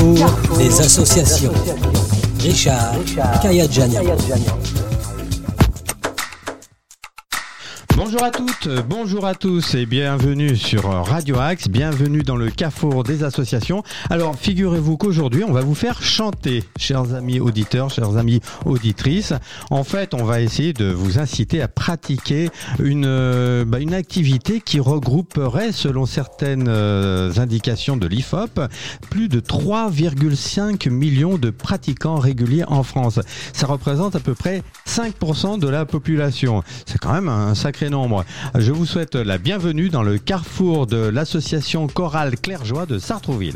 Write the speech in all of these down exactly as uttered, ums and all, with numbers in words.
carrefour des associations. Richard Kayadjanian. Bonjour à toutes, bonjour à tous et bienvenue sur Radio Axe, bienvenue dans le carrefour des associations. Alors figurez-vous qu'aujourd'hui on va vous faire chanter, chers amis auditeurs, chers amis auditrices. En fait on va essayer de vous inciter à pratiquer une, euh, bah, une activité qui regrouperait, selon certaines euh, indications de l'I F O P, plus de trois virgule cinq millions de pratiquants réguliers en France. Ça représente à peu près cinq pour cent de la population. C'est quand même un sacré nombre. Je vous souhaite la bienvenue dans le carrefour de l'association chorale Clairjoie de Sartrouville.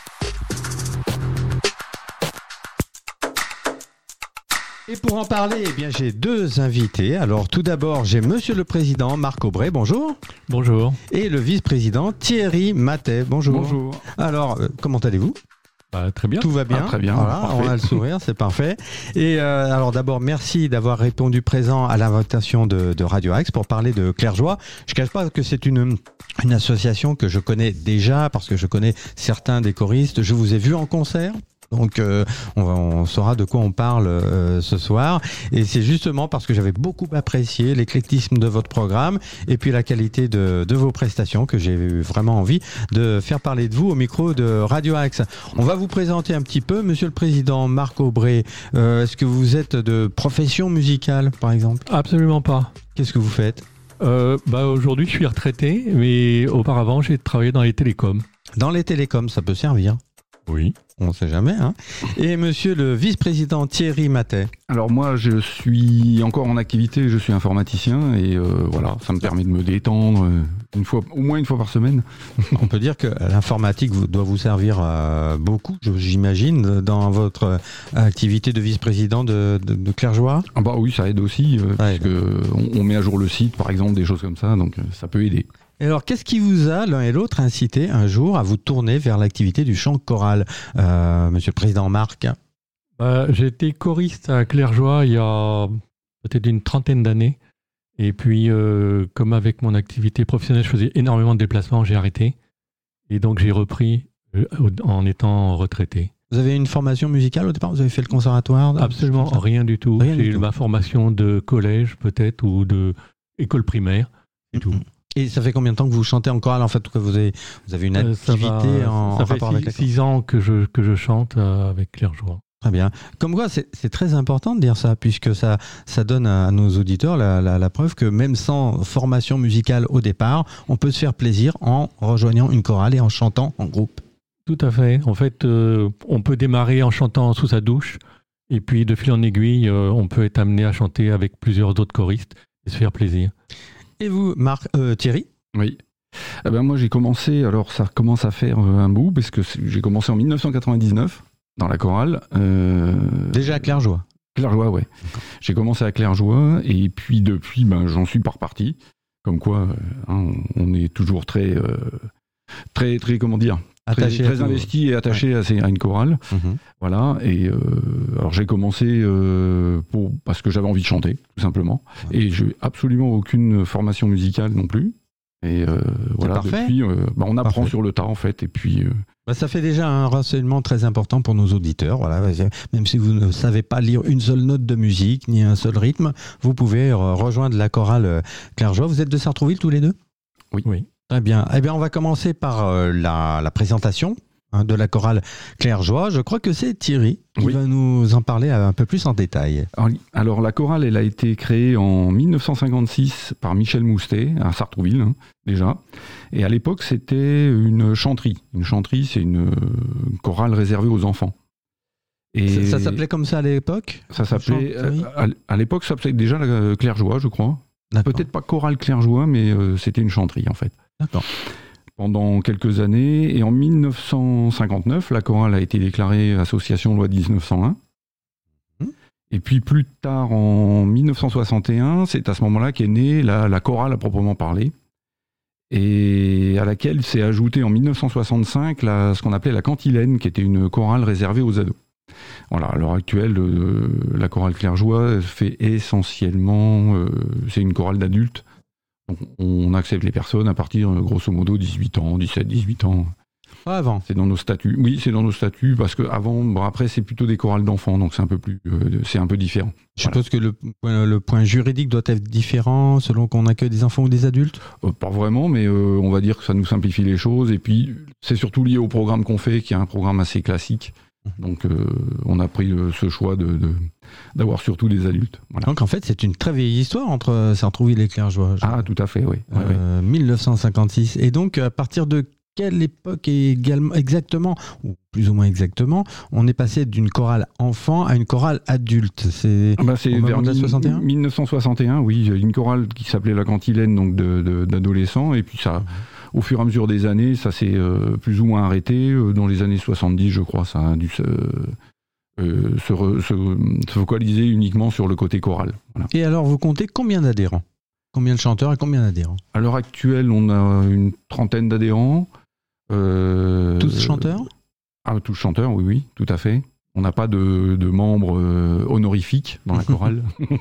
Et pour en parler, eh bien, j'ai deux invités. Alors tout d'abord, j'ai Monsieur le Président Marc Aubray, bonjour. Bonjour. Et le Vice-président Thierry Matet, bonjour. Bonjour. Alors, euh, comment allez-vous ? Bah, très bien. Tout va bien. Ah, très bien. Voilà, on a le sourire, c'est parfait. Et euh, alors d'abord, merci d'avoir répondu présent à l'invitation de, de Radio Axe pour parler de Clairjoie. Je ne cache pas que c'est une, une association que je connais déjà parce que je connais certains des choristes. Je vous ai vu en concert. Donc euh, on, on saura de quoi on parle euh, ce soir, et c'est justement parce que j'avais beaucoup apprécié l'éclectisme de votre programme et puis la qualité de, de vos prestations que j'ai eu vraiment envie de faire parler de vous au micro de Radio Axe. On va vous présenter un petit peu, Monsieur le Président Marc Aubray. Euh, est-ce que vous êtes de profession musicale, par exemple ? Absolument pas. Qu'est-ce que vous faites ? euh, bah, Aujourd'hui, je suis retraité, mais auparavant, j'ai travaillé dans les télécoms. Dans les télécoms, ça peut servir. Oui. On ne sait jamais. Hein. Et monsieur le vice-président Thierry Matet. Alors moi, je suis encore en activité, je suis informaticien et euh, voilà, ça me permet de me détendre une fois, au moins une fois par semaine. On peut dire que l'informatique doit vous servir euh, beaucoup, j'imagine, dans votre activité de vice-président de, de, de Clairjoie. Ah bah oui, ça aide aussi, euh, ouais, parce que on, on met à jour le site, par exemple, des choses comme ça, donc ça peut aider. Et alors, qu'est-ce qui vous a, l'un et l'autre, incité un jour à vous tourner vers l'activité du chant choral, euh, Monsieur le Président Marc ? bah, J'ai été choriste à Clairjoie il y a peut-être une trentaine d'années. Et puis, euh, comme avec mon activité professionnelle, je faisais énormément de déplacements, j'ai arrêté. Et donc, j'ai repris euh, en étant retraité. Vous avez une formation musicale au départ ? Vous avez fait le conservatoire ? Absolument rien du tout. Rien j'ai du eu tout. ma formation de collège, peut-être, ou de école primaire, c'est tout. Et ça fait combien de temps que vous chantez en chorale ? En fait, que vous avez, vous avez une activité euh, va, en, ça en fait rapport six, avec la six ans que je, que je chante euh, avec Clairjoie. Très bien. Comme quoi, c'est, c'est très important de dire ça, puisque ça, ça donne à nos auditeurs la, la, la preuve que même sans formation musicale au départ, on peut se faire plaisir en rejoignant une chorale et en chantant en groupe. Tout à fait. En fait, euh, on peut démarrer en chantant sous sa douche, et puis de fil en aiguille, euh, on peut être amené à chanter avec plusieurs autres choristes et se faire plaisir. Et vous, Marc, euh, Thierry ? Oui. Eh ben moi j'ai commencé, alors ça commence à faire un bout, parce que j'ai commencé en dix-neuf cent quatre-vingt-dix-neuf dans la chorale. Euh... Déjà à Clairjoie. Clairjoie, ouais. J'ai commencé à Clairjoie et puis depuis, ben, j'en suis pas reparti. Comme quoi, hein, on est toujours très, euh, très, très, comment dire, attaché très, très investi et attaché ouais. à, ces, à une chorale. Mm-hmm. Voilà. Et euh, alors j'ai commencé euh, pour, parce que j'avais envie de chanter, tout simplement. Ouais. Et j'ai absolument aucune formation musicale non plus. Et euh, voilà, depuis, euh, bah on apprend parfait. Sur le tas en fait. Et puis, euh... bah, ça fait déjà un renseignement très important pour nos auditeurs. Voilà, même si vous ne savez pas lire une seule note de musique ni un seul rythme, vous pouvez rejoindre la chorale Clairjoie. Vous êtes de Sartrouville tous les deux ? Oui. Oui. Très bien. Eh bien, on va commencer par euh, la, la présentation hein, de la chorale Clairjoie. Je crois que c'est Thierry qui oui. va nous en parler un peu plus en détail. Alors, alors, la chorale, elle a été créée en dix-neuf cent cinquante-six par Michel Moustet, à Sartrouville, hein, déjà. Et à l'époque, c'était une chanterie. Une chanterie, c'est une, une chorale réservée aux enfants. Et ça, ça s'appelait comme ça à l'époque ? Ça s'appelait, à, à l'époque, ça s'appelait déjà la Clairjoie, je crois. D'accord. Peut-être pas chorale Clairjoie, mais euh, c'était une chanterie, en fait. D'accord. Pendant quelques années, et en dix-neuf cent cinquante-neuf, la chorale a été déclarée association loi dix-neuf cent un. Mmh. Et puis plus tard, en dix-neuf cent soixante et un, c'est à ce moment-là qu'est née la, la chorale à proprement parler, et à laquelle s'est ajoutée en dix-neuf cent soixante-cinq la, ce qu'on appelait la cantilène, qui était une chorale réservée aux ados. Voilà, à l'heure actuelle, euh, la chorale Clairjoie fait essentiellement, euh, c'est une chorale d'adultes. Donc, on accepte les personnes à partir, grosso modo, dix-huit ans, dix-sept, dix-huit ans. Pas avant. C'est dans nos statuts. Oui, c'est dans nos statuts parce que avant, bon, après, c'est plutôt des chorales d'enfants, donc c'est un peu plus, euh, c'est un peu différent. Je Voilà. suppose que le, le point juridique doit être différent selon qu'on accueille des enfants ou des adultes. Euh, pas vraiment, mais euh, on va dire que ça nous simplifie les choses. Et puis, c'est surtout lié au programme qu'on fait, qui est un programme assez classique. Donc, euh, on a pris euh, ce choix de, de, d'avoir surtout des adultes. Voilà. Donc en fait, c'est une très vieille histoire entre Sartrouville et Clairjoie. Ah, tout à fait, oui. Ouais, euh, ouais. mille neuf cent cinquante-six. Et donc, à partir de quelle époque également, exactement, ou plus ou moins exactement, on est passé d'une chorale enfant à une chorale adulte? C'est, Ah bah, c'est au vers moment de la soixante et un mille neuf cent soixante et un, oui. Une chorale qui s'appelait la Cantilène, donc de, de, d'adolescents. Et puis, ça, au fur et à mesure des années, ça s'est euh, plus ou moins arrêté. Euh, dans les années soixante-dix, je crois, ça a dû se, euh, se, re, se, se focaliser uniquement sur le côté choral. Voilà. Et alors, vous comptez combien d'adhérents? Combien de chanteurs et combien d'adhérents? À l'heure actuelle, on a une trentaine d'adhérents. Euh, Tous chanteurs? Ah, tous chanteurs, oui, oui, tout à fait. On n'a pas de, de membres euh, honorifiques dans la chorale.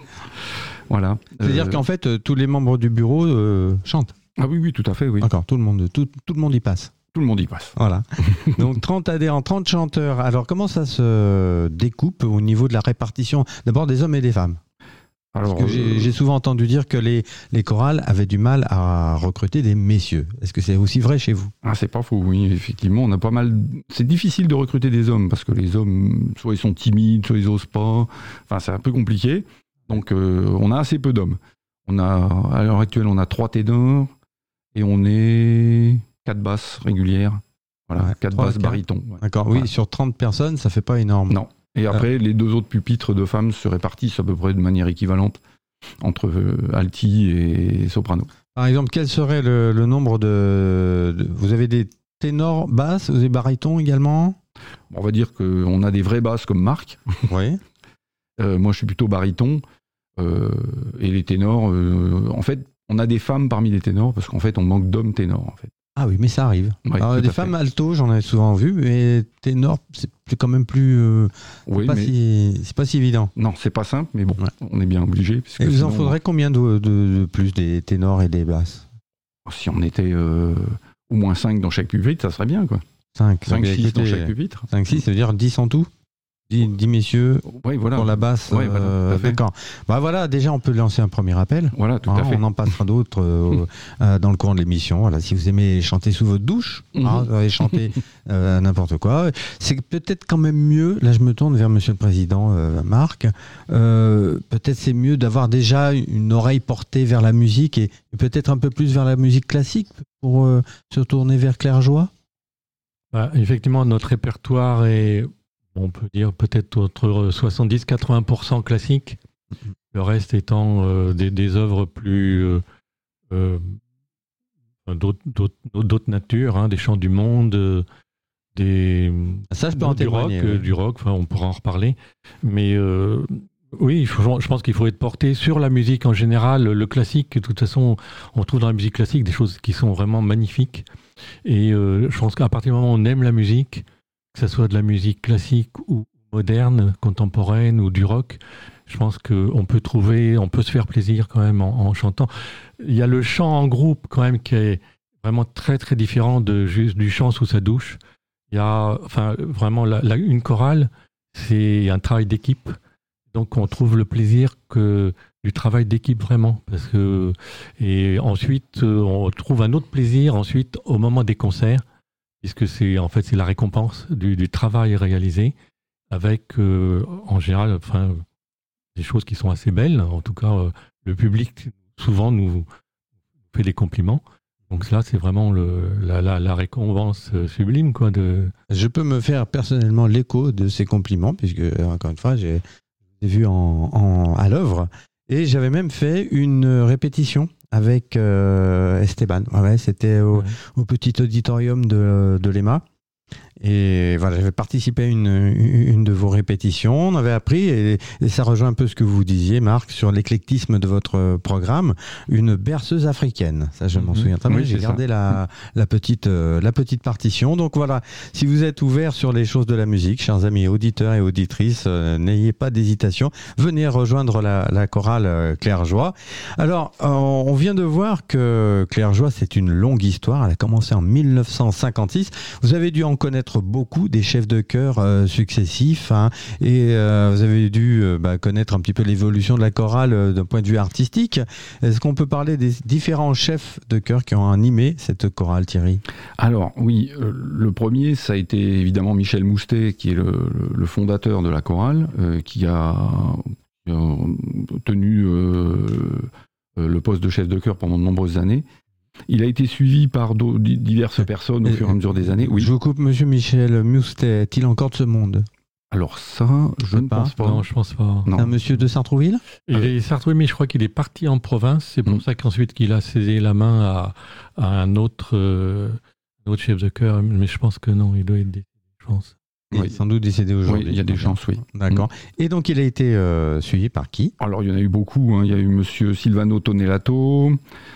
Voilà. C'est-à-dire Euh, qu'en fait, euh, tous les membres du bureau euh, chantent. Ah oui, oui, tout à fait, oui. D'accord, tout le monde, tout, tout le monde y passe. Tout le monde y passe. Voilà. Donc trente adhérents, trente chanteurs. Alors comment ça se découpe au niveau de la répartition d'abord des hommes et des femmes? Alors, Parce que j'ai, euh, j'ai souvent entendu dire que les, les chorales avaient du mal à recruter des messieurs. Est-ce que c'est aussi vrai chez vous? Ah, c'est pas faux, oui, effectivement, on a pas mal. C'est difficile de recruter des hommes parce que les hommes, soit ils sont timides, soit ils osent pas. Enfin, c'est un peu compliqué. Donc, euh, on a assez peu d'hommes. On a, à l'heure actuelle, on a trois ténors et on est quatre basses régulières. Voilà, Ouais, quatre trois, basses quatre. barytons. Ouais. D'accord, Voilà. oui, sur trente personnes, ça fait pas énorme. Non. Et après, les deux autres pupitres de femmes se répartissent à peu près de manière équivalente entre euh, alti et soprano. Par exemple, quel serait le, le nombre de, de... Vous avez des ténors basses, vous avez barytons également? On va dire qu'on a des vraies basses comme Marc. Oui. Euh, moi, je suis plutôt baryton. Euh, et les ténors, euh, en fait, on a des femmes parmi les ténors parce qu'en fait, on manque d'hommes ténors. En fait. Ah oui, mais ça arrive. Ouais, Alors, tout des à femmes fait. alto, j'en ai souvent vu, mais ténor, c'est plus- quand même plus... euh, Oui, pas mais si, c'est pas si évident. non, c'est pas simple, mais bon, Ouais. on est bien obligé. parce que Et vous en sinon, faudrait combien de, de- de plus des ténors et des basses? si on était euh, au moins cinq dans chaque pupitre, ça serait bien, quoi. cinq. cinq, six dans chaque pupitre. cinq, six, ça veut dire dix en tout? dix, dix messieurs Oui, voilà. pour la basse. Ouais, voilà, euh, tout à fait. d'accord. Bah voilà, déjà on peut lancer un premier appel. Voilà, tout Hein, à fait. on en passera d'autres euh, euh, dans le courant de l'émission. Voilà, si vous aimez chanter sous votre douche, Mhm. hein, vous allez chanter euh, n'importe quoi. C'est peut-être quand même mieux, là je me tourne vers Monsieur le Président euh, Marc, euh, peut-être c'est mieux d'avoir déjà une oreille portée vers la musique et, et peut-être un peu plus vers la musique classique pour euh, se tourner vers Clairjoie. Bah, effectivement, notre répertoire est, on peut dire, peut-être entre soixante-dix à quatre-vingts pour cent classique, le reste étant euh, des, des œuvres plus euh, euh, d'autres, d'autres, d'autres natures, hein, des chants du monde, euh, des, Ça, je peux en du rock, témoigner. euh, oui. du rock, enfin, on pourra en reparler. Mais euh, oui, il faut- je pense qu'il faut être porté sur la musique en général. Le classique, de toute façon, on trouve dans la musique classique des choses qui sont vraiment magnifiques. Et euh, je pense qu'à partir du moment où on aime la musique, que ce soit de la musique classique ou moderne, contemporaine ou du rock, je pense qu'on peut trouver, on peut se faire plaisir quand même en, en chantant. Il y a le chant en groupe quand même qui est vraiment très très différent de juste du chant sous sa douche. Il y a enfin vraiment la, la- une chorale, c'est un travail d'équipe. Donc on trouve le plaisir que du travail d'équipe vraiment, parce que et ensuite euh, on trouve un autre plaisir ensuite au moment des concerts, puisque c'est en fait c'est la récompense du, du travail réalisé avec euh, en général enfin des choses qui sont assez belles. En tout cas, euh, le public souvent nous fait des compliments. Donc là, c'est vraiment le, la, la, la récompense euh, sublime quoi de. Je peux me faire personnellement l'écho de ces compliments, puisque, encore une fois, j'ai j'ai vu en, en- à l'œuvre. Et j'avais même fait une répétition avec euh, Esteban. Ouais, c'était au, Ouais. au petit auditorium de, de l'E M A. Et voilà, j'avais participé à une, une de vos répétitions. On avait appris, et, et ça rejoint un peu ce que vous disiez, Marc, sur l'éclectisme de votre programme, une berceuse africaine. Ça, je m'en Mmh. souviens très bien. Oui, J'ai c'est gardé la, la, petite, euh, la petite partition. Donc voilà, si vous êtes ouverts sur les choses de la musique, chers amis auditeurs et auditrices, euh, n'ayez pas d'hésitation. Venez rejoindre la, la chorale euh, Claire Joie. Alors, euh, on vient de voir que Claire Joie, c'est une longue histoire. Elle a commencé en mille neuf cent cinquante-six. Vous avez dû en connaître beaucoup des chefs de chœur euh, successifs, hein, et euh, vous avez dû euh, bah, connaître un petit peu l'évolution de la chorale euh, d'un point de vue artistique. Est-ce qu'on peut parler des différents chefs de chœur qui ont animé cette chorale, Thierry ? Alors oui, euh, le premier, ça a été évidemment Michel Moustet, qui est le, le, le fondateur de la chorale, euh, qui, a, qui a tenu euh, le poste de chef de chœur pendant de nombreuses années. Il a été suivi par diverses personnes au fur et à mesure des années. Oui. Je vous coupe, monsieur Michel Moustet, est-il encore de ce monde ? Alors ça, je ne pas. pense pas. Non, je pense pas. Non. Un monsieur de Sartrouville ? Il est Sartrouville, mais je crois qu'il est parti en province. C'est pour mmh. ça qu'ensuite qu'il a cédé la main à, à un autre, euh, autre chef de chœur. Mais je pense que non, il doit être décédé, je pense. Il oui. est sans doute décédé aujourd'hui. Oui, il y a des chances, oui. D'accord. Mmh. Et donc, il a été euh, suivi par qui ? Alors, il y en a eu beaucoup. Hein. Il y a eu monsieur Silvano Tonellato,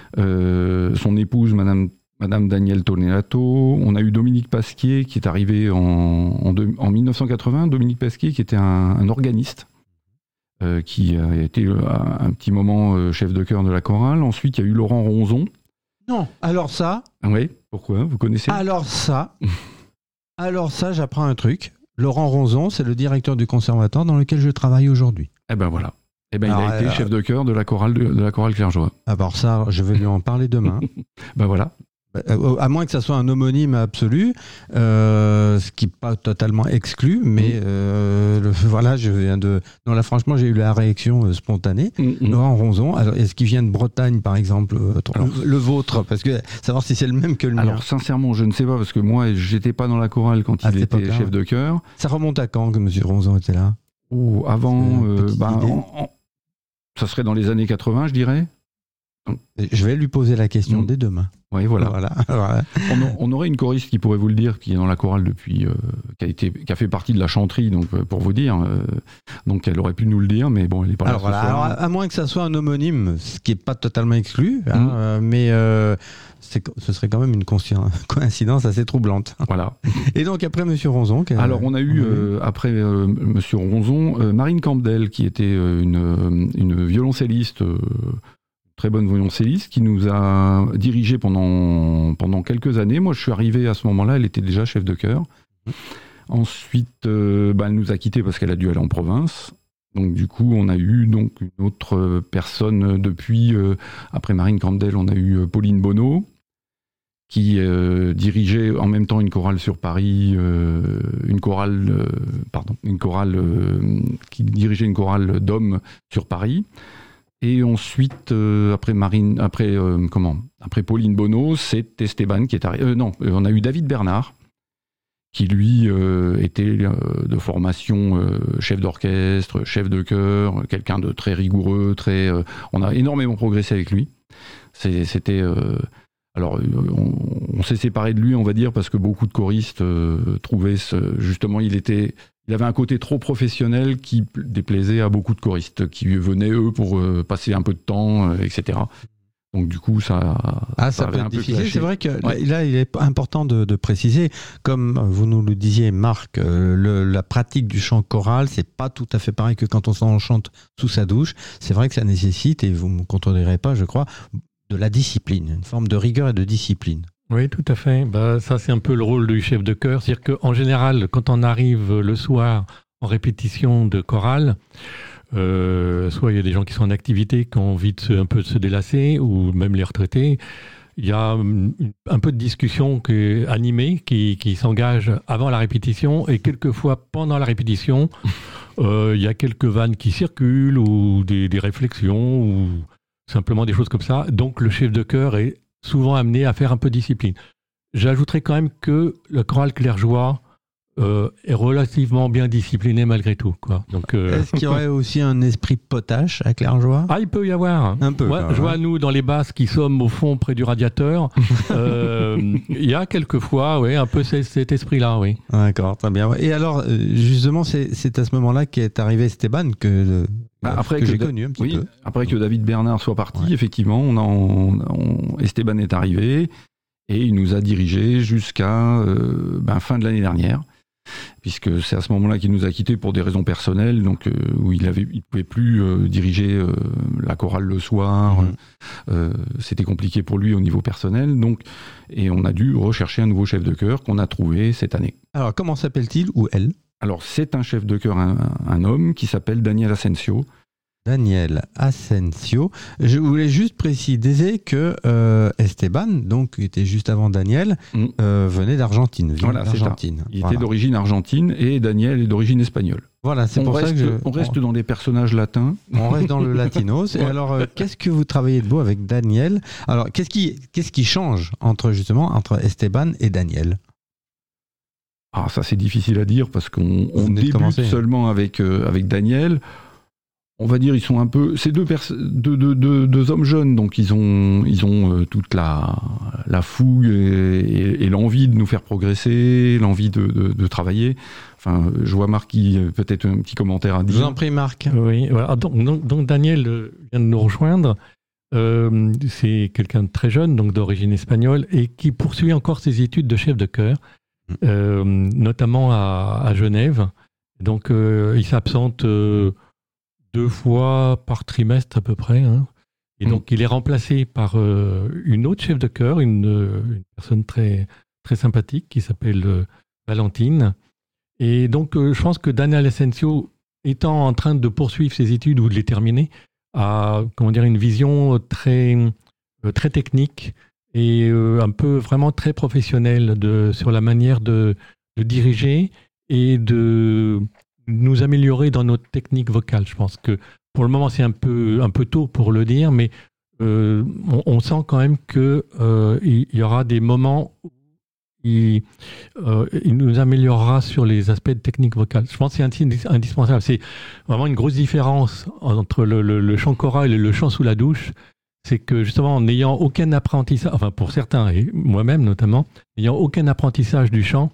euh, son épouse, madame, madame Danielle Tonellato. On a eu Dominique Pasquier, qui est arrivé en, en, de, en mille neuf cent quatre-vingts. Dominique Pasquier, qui était un, un organiste, euh, qui a été à un petit moment euh, chef de chœur de la chorale. Ensuite, il y a eu Laurent Ronzon. Non, alors ça... Oui, pourquoi ? Vous connaissez ? Alors ça... Alors ça, j'apprends un truc. Laurent Ronzon, c'est le directeur du conservatoire dans lequel je travaille aujourd'hui. Eh ben voilà. Eh ben Alors, il a été euh, chef de chœur de la chorale de, de la chorale Claire Joie. Alors ça, je vais lui en parler demain. Ben voilà. À moins que ça soit un homonyme absolu, euh, ce qui n'est pas totalement exclu, mais mmh. euh, le, voilà, je viens de. Non, là, franchement, j'ai eu la réaction euh, spontanée. Mmh. Laurent Ronzon, alors, est-ce qu'il vient de Bretagne, par exemple, euh, alors, le, le vôtre ? Parce que savoir si c'est le même que le mien. Alors, sincèrement, je ne sais pas, parce que moi, j'étais pas dans la chorale quand il était chef de chœur. Ça remonte à quand que M. Ronzon était là ? Oh, avant, euh, bah, en, en, ça serait dans les années quatre-vingts, je dirais. Je vais lui poser la question mmh. dès demain. Oui, voilà. voilà. voilà. on, on aurait une choriste qui pourrait vous le dire, qui est dans la chorale depuis, euh, qui a été, qui a fait partie de la chanterie, donc pour vous dire. Euh, donc elle aurait pu nous le dire, mais bon, elle n'est pas là. Alors, voilà, alors à moins que ça soit un homonyme, ce qui n'est pas totalement exclu, hein, mmh. euh, mais euh, c'est, ce serait quand même une coïncidence assez troublante. Voilà. Et donc après Monsieur Ronzon. Alors on a eu euh, après euh, Monsieur Ronzon, euh, Marine Campbell, qui était euh, une, une violoncelliste. Euh, très bonne violoncelliste, qui nous a dirigé pendant, pendant quelques années. Moi, je suis arrivé à ce moment-là, elle était déjà chef de chœur. Mmh. Ensuite, euh, bah, elle nous a quittés parce qu'elle a dû aller en province. Donc, du coup, on a eu donc, une autre personne depuis. Euh, après Marine Campbell, on a eu Pauline Bonneau, qui euh, dirigeait en même temps une chorale sur Paris, euh, une chorale, euh, pardon, une chorale euh, qui dirigeait une chorale d'hommes sur Paris. Et ensuite, euh, après Marine, après euh, comment, après Pauline Bonneau, c'est Esteban qui est arrivé. Euh, non, on a eu David Bernard, qui lui euh, était euh, de formation euh, chef d'orchestre, chef de chœur, quelqu'un de très rigoureux, très. Euh, on a énormément progressé avec lui. C'est, c'était. Euh, alors, on, on s'est séparé de lui, on va dire, parce que beaucoup de choristes euh, trouvaient ce, justement, il était. Il avait un côté trop professionnel qui déplaisait à beaucoup de choristes qui venaient, eux, pour euh, passer un peu de temps, euh, et cetera. Donc, du coup, ça. Ah, ça, ça peut être difficile. C'est vrai que ouais. là, il est important de, de préciser, comme vous nous le disiez, Marc, euh, le, la pratique du chant choral, c'est pas tout à fait pareil que quand on s'en chante sous sa douche. C'est vrai que ça nécessite, et vous ne me contredirez pas, je crois, de la discipline, une forme de rigueur et de discipline. Oui, tout à fait. Bah, ça, c'est un peu le rôle du chef de chœur. C'est-à-dire qu'en général, quand on arrive le soir en répétition de chorale, euh, soit il y a des gens qui sont en activité, qui ont envie de se, un peu de se délasser, ou même les retraités. Il y a un peu de discussion qui est animée, qui, qui s'engage avant la répétition, et quelquefois pendant la répétition, euh, il y a quelques vannes qui circulent, ou des, des réflexions, ou simplement des choses comme ça. Donc le chef de chœur est souvent amené à faire un peu de discipline. J'ajouterais quand même que le chorale Claire Joie euh, est relativement bien discipliné malgré tout, quoi. Donc, euh... est-ce qu'il y aurait aussi un esprit potache à Clairjoie ? Ah, il peut y avoir. Un peu. Ouais, je vois, nous, dans les basses qui sommes au fond près du radiateur, euh, il y a quelquefois, oui, un peu cet, cet esprit-là, oui. D'accord, très bien. Et alors, justement, c'est, c'est à ce moment-là qu'est arrivé Esteban que, bah, après que, que j'ai da- connu un petit oui, peu. Après que David Bernard soit parti, Ouais. effectivement, on a, on, on, Esteban est arrivé et il nous a dirigés jusqu'à euh, ben, fin de l'année dernière. Puisque c'est à ce moment-là qu'il nous a quittés pour des raisons personnelles, donc euh, où il avait, il pouvait plus euh, diriger euh, la chorale le soir. Mmh. Euh, c'était compliqué pour lui au niveau personnel, donc et on a dû rechercher un nouveau chef de chœur qu'on a trouvé cette année. Alors, comment s'appelle-t-il ou elle ? Alors c'est un chef de chœur, un, un homme qui s'appelle Daniel Asensio. Daniel Asensio. Je voulais juste préciser que euh, Esteban, donc qui était juste avant Daniel, Mm. euh, venait d'Argentine. vient Voilà, c'est ça. d'Argentine. Il Voilà. était d'origine argentine et Daniel est d'origine espagnole. Voilà, c'est on pour reste, ça que je, on reste dans des personnages latins. on reste dans le latinos. Et Ouais. alors, euh, qu'est-ce que vous travaillez de beau avec Daniel ? Alors, qu'est-ce qui, qu'est-ce qui change entre justement entre Esteban et Daniel ? Ah, ça c'est difficile à dire parce qu'on on venez de débute commencer. seulement avec, euh, avec Daniel. On va dire ils sont un peu, c'est deux, pers- deux, deux, deux, deux hommes jeunes, donc ils ont, ils ont euh, toute la, la fougue et, et- et l'envie de nous faire progresser, l'envie de, de, de travailler. Enfin, je vois Marc qui a peut-être un petit commentaire à Je vous dire. en prie, Marc. Oui, voilà. donc, donc, donc Daniel euh, vient de nous rejoindre. Euh, c'est quelqu'un de très jeune, donc d'origine espagnole, et qui poursuit encore ses études de chef de chœur, Mm. euh, notamment à, à Genève. Donc euh, il s'absente euh, deux fois par trimestre à peu près. Hein. Et Mm. donc il est remplacé par euh, une autre chef de chœur, une, euh, une personne très, très sympathique qui s'appelle euh, Valentine. Et donc euh, je pense que Daniel Asensio, étant en train de poursuivre ses études ou de les terminer, a comment dire, une vision très, euh, très technique et euh, un peu vraiment très professionnelle de, sur la manière de, de diriger et de nous améliorer dans notre technique vocale. Je pense que pour le moment c'est un peu, un peu tôt pour le dire, mais euh, on, on sent quand même qu'il euh, y aura des moments où il, euh, il nous améliorera sur les aspects de technique vocale. Je pense que c'est indi- indispensable. C'est vraiment une grosse différence entre le, le, le chant choral et le chant sous la douche. C'est que justement, en n'ayant aucun apprentissage, enfin pour certains, et moi-même notamment, n'ayant aucun apprentissage du chant,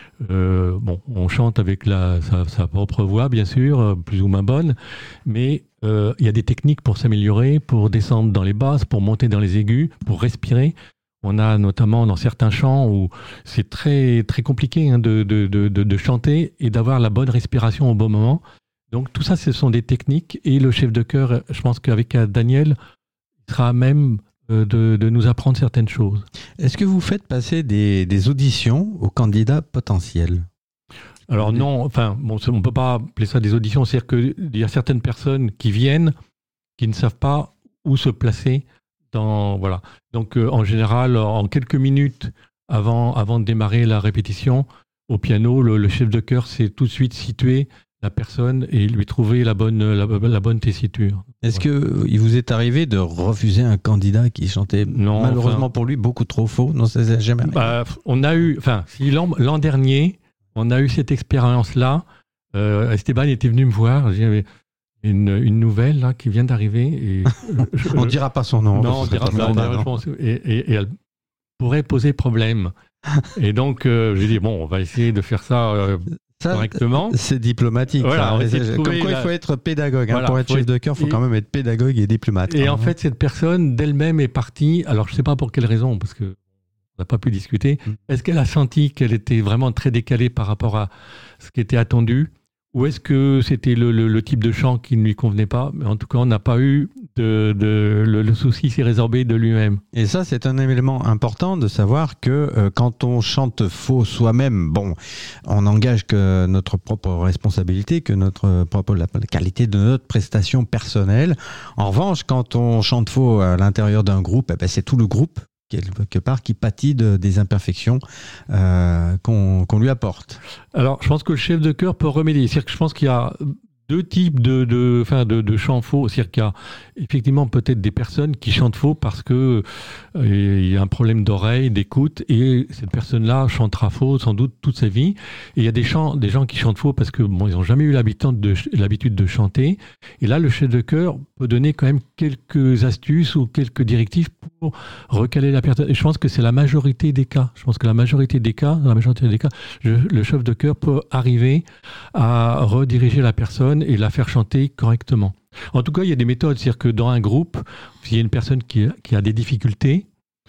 euh, bon, on chante avec la, sa, sa propre voix, bien sûr, plus ou moins bonne, mais euh, il y a des techniques pour s'améliorer, pour descendre dans les basses, pour monter dans les aigus, pour respirer. On a notamment dans certains chants où c'est très, très compliqué hein, de, de, de, de chanter et d'avoir la bonne respiration au bon moment. Donc tout ça, ce sont des techniques et le chef de chœur, je pense qu'avec Daniel, il sera à même de, de nous apprendre certaines choses. Est-ce que vous faites passer des, des auditions aux candidats potentiels ? Alors non, enfin, bon, on ne peut pas appeler ça des auditions, c'est-à-dire qu'il y a certaines personnes qui viennent, qui ne savent pas où se placer. Dans, voilà. Donc, euh, en général, en quelques minutes avant, avant de démarrer la répétition, au piano, le, le chef de chœur s'est tout de suite situé la personne et lui trouver la bonne, la, la bonne tessiture. Est-ce Voilà. qu'il vous est arrivé de refuser un candidat qui chantait Non, malheureusement enfin, pour lui beaucoup trop faux ? Non, ça s'est jamais arrivé. bah, on a eu, enfin, si l'an, l'an dernier, on a eu cette expérience-là. Euh, Esteban était venu me voir. J'avais une, une nouvelle là, qui vient d'arriver. Et, euh, je- On ne dira pas son nom. Non, on ce serait dira pas pas, normal, d'ailleurs, non. je pense, et, et- et elle pourrait poser problème. Et donc, euh, j'ai dit, bon, on va essayer de faire ça euh, Ça, correctement. c'est diplomatique. Voilà, ça. on essaie de C'est- trouver Comme quoi, la- il faut être pédagogue. hein. Voilà, Pour être faut chef être- de chœur, il faut et- quand même être pédagogue et diplomate. Et hein. en fait, cette personne d'elle-même est partie. Alors, je ne sais pas pour quelle raison, parce qu'on n'a pas pu discuter. Mm. Est-ce qu'elle a senti qu'elle était vraiment très décalée par rapport à ce qui était attendu ? Ou est-ce que c'était le, le- le type de chant qui ne lui convenait pas ? Mais en tout cas, on n'a pas eu de, de- le, le souci s'est résorbé de lui-même. Et ça, c'est un élément important de savoir que euh, quand on chante faux soi-même, bon, on engage que notre propre responsabilité, que notre propre la, la qualité de notre prestation personnelle. En revanche, quand on chante faux à l'intérieur d'un groupe, eh ben, c'est tout le groupe quelque part qui pâtit de, des imperfections euh, qu'on qu'on lui apporte. Alors, je pense que le chef de chœur peut remédier. C'est-à-dire que je pense qu'il y a deux types de, de, enfin de, de chants faux. C'est-à-dire qu'il y a effectivement peut-être des personnes qui chantent faux parce qu'il euh, y a un problème d'oreille, d'écoute, et cette personne-là chantera faux sans doute toute sa vie. Et il y a des, chants, des gens qui chantent faux parce que bon, ils n'ont jamais eu l'habitude de, l'habitude de chanter. Et là, le chef de chœur peut donner quand même quelques astuces ou quelques directives pour recaler la personne. Et je pense que c'est la majorité des cas. Je pense que la majorité des cas, dans la majorité des cas, je, le chef de chœur peut arriver à rediriger la personne et la faire chanter correctement. En tout cas, il y a des méthodes. C'est-à-dire que dans un groupe, s'il y a une personne qui, qui a des difficultés,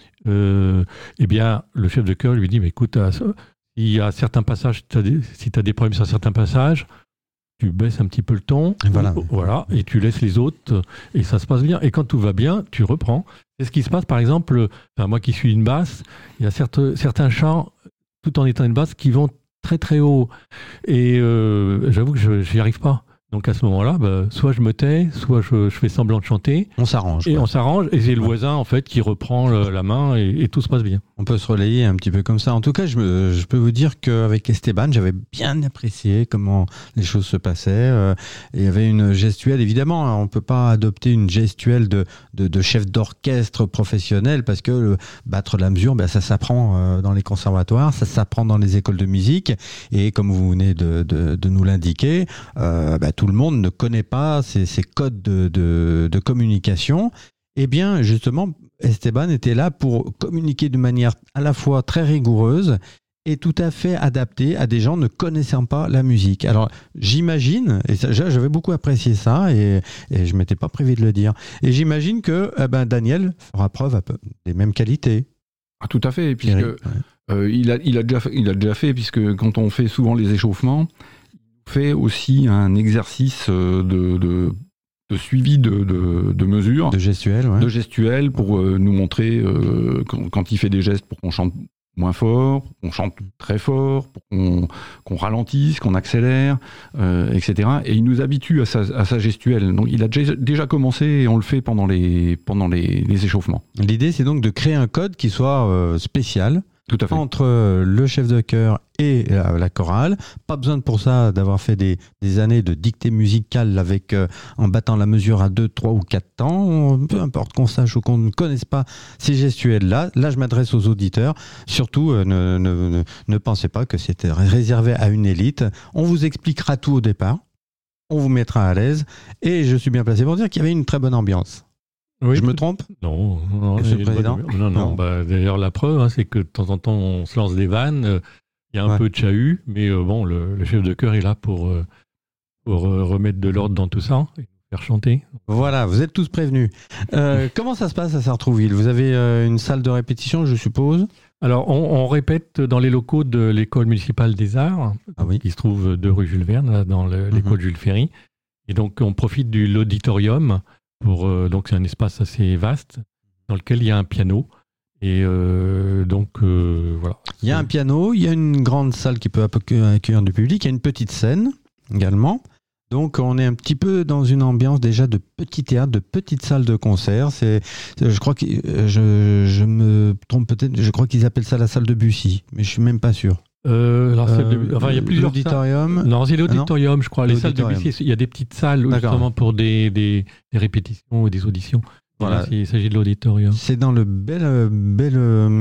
euh, eh bien, le chef de chœur lui dit, mais écoute, il y a certains passages, t'as des, si tu as des problèmes sur certains passages, tu baisses un petit peu le ton, voilà. voilà, et tu laisses les autres, et ça se passe bien. Et quand tout va bien, tu reprends. C'est ce qui se passe, par exemple, enfin, moi qui suis une basse, il y a certes, certains chants, tout en étant une basse, qui vont très très haut. Et euh, j'avoue que je n'y arrive pas. Donc à ce moment-là, bah, soit je me tais, soit je, je fais semblant de chanter. On s'arrange. Et quoi. on s'arrange, et c'est le ouais. voisin en fait qui reprend le, la main et, et tout se passe bien. On peut se relayer un petit peu comme ça. En tout cas, je, me, je peux vous dire qu'avec Esteban, j'avais bien apprécié comment les choses se passaient. Euh, et il y avait une gestuelle, évidemment, on ne peut pas adopter une gestuelle de, de, de chef d'orchestre professionnel parce que le, battre la mesure, ben, ça s'apprend euh, dans les conservatoires, ça s'apprend dans les écoles de musique. Et comme vous venez de, de, de nous l'indiquer, euh, ben, tout le monde ne connaît pas ces, ces codes de, de, de communication. Eh bien, justement, Esteban était là pour communiquer de manière à la fois très rigoureuse et tout à fait adaptée à des gens ne connaissant pas la musique. Alors, j'imagine, et ça, j'avais beaucoup apprécié ça, et, et je ne m'étais pas prévu de le dire, et j'imagine que eh ben, Daniel fera preuve à peu, des mêmes qualités. Ah, tout à fait, puisque ouais. euh, il, a, il, a déjà fait, il a déjà fait, puisque quand on fait souvent les échauffements, on fait aussi un exercice de... de de suivi de, de, de mesures, de gestuels, ouais. de gestuels pour euh, nous montrer euh, quand, quand il fait des gestes pour qu'on chante moins fort, pour qu'on chante très fort, pour qu'on, qu'on ralentisse, qu'on accélère, euh, et cetera. Et il nous habitue à sa, à sa gestuelle. Donc il a déjà, déjà commencé et on le fait pendant les, pendant les, les échauffements. L'idée, c'est donc de créer un code qui soit euh, spécial. Tout à fait. Entre le chef de chœur et la, la chorale. Pas besoin pour ça d'avoir fait des, des années de dictée musicale avec, euh, en battant la mesure à deux, trois ou quatre temps. Peu importe qu'on sache ou qu'on ne connaisse pas ces gestuels-là. Là, je m'adresse aux auditeurs. Surtout, euh, ne, ne, ne, ne pensez pas que c'était réservé à une élite. On vous expliquera tout au départ. On vous mettra à l'aise. Et je suis bien placé pour dire qu'il y avait une très bonne ambiance. Oui, je me trompe ? Non, non, Monsieur le Président ? Non, non. non. Bah, d'ailleurs, la preuve, hein, c'est que de temps en temps, on se lance des vannes. Il euh, y a un ouais. peu de chahut, mais euh, bon, le, le chef de chœur est là pour, euh, pour euh, remettre de l'ordre dans tout ça et faire chanter. Voilà, vous êtes tous prévenus. Euh, comment ça se passe à Sartrouville ? Vous avez euh, une salle de répétition, je suppose ? Alors, on, on répète dans les locaux de l'école municipale des arts, ah oui. qui se trouve de rue Jules Verne, là, dans le, l'école mm-hmm. Jules Ferry. Et donc, on profite de l'auditorium. Pour, euh, donc c'est un espace assez vaste dans lequel il y a un piano et euh, donc euh, voilà. Il y a un piano, il y a une grande salle qui peut accueillir du public, il y a une petite scène également. Donc on est un petit peu dans une ambiance déjà de petit théâtre, de petite salle de concert. C'est, je crois que je, je me trompe peut-être, je crois qu'ils appellent ça la salle de Bussy, mais je suis même pas sûr. Euh, alors, euh, de, enfin, il y a plusieurs l'auditorium. Salles. Non, c'est l'auditorium, ah je crois. Les l'auditorium. salles de Bussy, il y a des petites salles D'accord. justement pour des, des, des répétitions ou des auditions. Voilà, il s'agit de l'auditorium. C'est dans le bel, bel,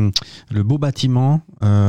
le beau bâtiment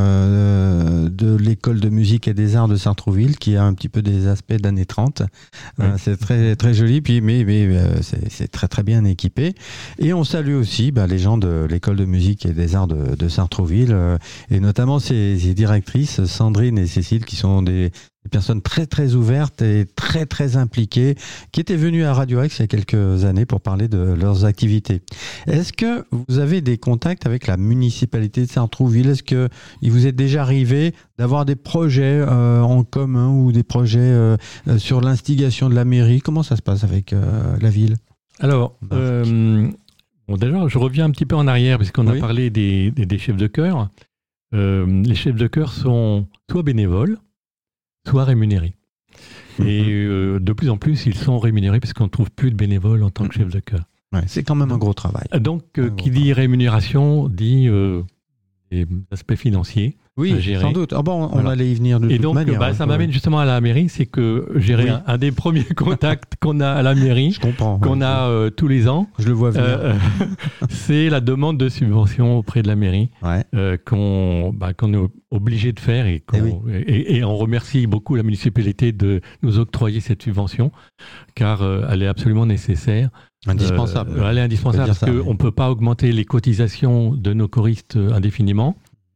euh, de l'école de musique et des arts de Sartrouville, qui a un petit peu des aspects d'années trente. Oui. Euh, c'est très très joli, puis mais, mais euh, c'est, c'est très très bien équipé. Et on salue aussi bah, les gens de l'école de musique et des arts de, de Sartrouville, euh, et notamment ses, ses directrices Sandrine et Cécile, qui sont des des personnes très très ouvertes et très très impliquées, qui étaient venues à Radio Axe il y a quelques années pour parler de leurs activités. Est-ce que vous avez des contacts avec la municipalité de Sartrouville ? Est-ce que il vous est déjà arrivé d'avoir des projets euh, en commun ou des projets euh, sur l'instigation de la mairie ? Comment ça se passe avec euh, la ville ? Alors, euh, bon, déjà, je reviens un petit peu en arrière parce qu'on oui. a parlé des, des, des chefs de chœur. Euh, les chefs de chœur sont soit bénévoles, soit rémunérés. Mmh. Et euh, de plus en plus, ils sont rémunérés parce qu'on ne trouve plus de bénévoles en tant que chef de chœur. Ouais, c'est quand même un gros travail. Donc, euh, qui dit rémunération dit euh, des aspects financiers. Oui, à gérer. sans doute. Ah bon, on Voilà. allait y venir de Et toute donc, manière. bah, ça m'amène justement à la mairie, c'est que gérer Oui. un, un des premiers contacts qu'on a à la mairie, Je comprends. qu'on ouais. a euh, tous les ans, Je le vois venir. euh, c'est la demande de subvention auprès de la mairie ouais. euh, qu'on bah, qu'on est obligé de faire et, qu'on- Eh oui. et, et on remercie beaucoup la municipalité de nous octroyer cette subvention car euh, elle est absolument nécessaire. Indispensable. Euh, elle est indispensable dire parce ça, qu'on oui. ne peut pas augmenter les cotisations de nos choristes euh, indéfiniment.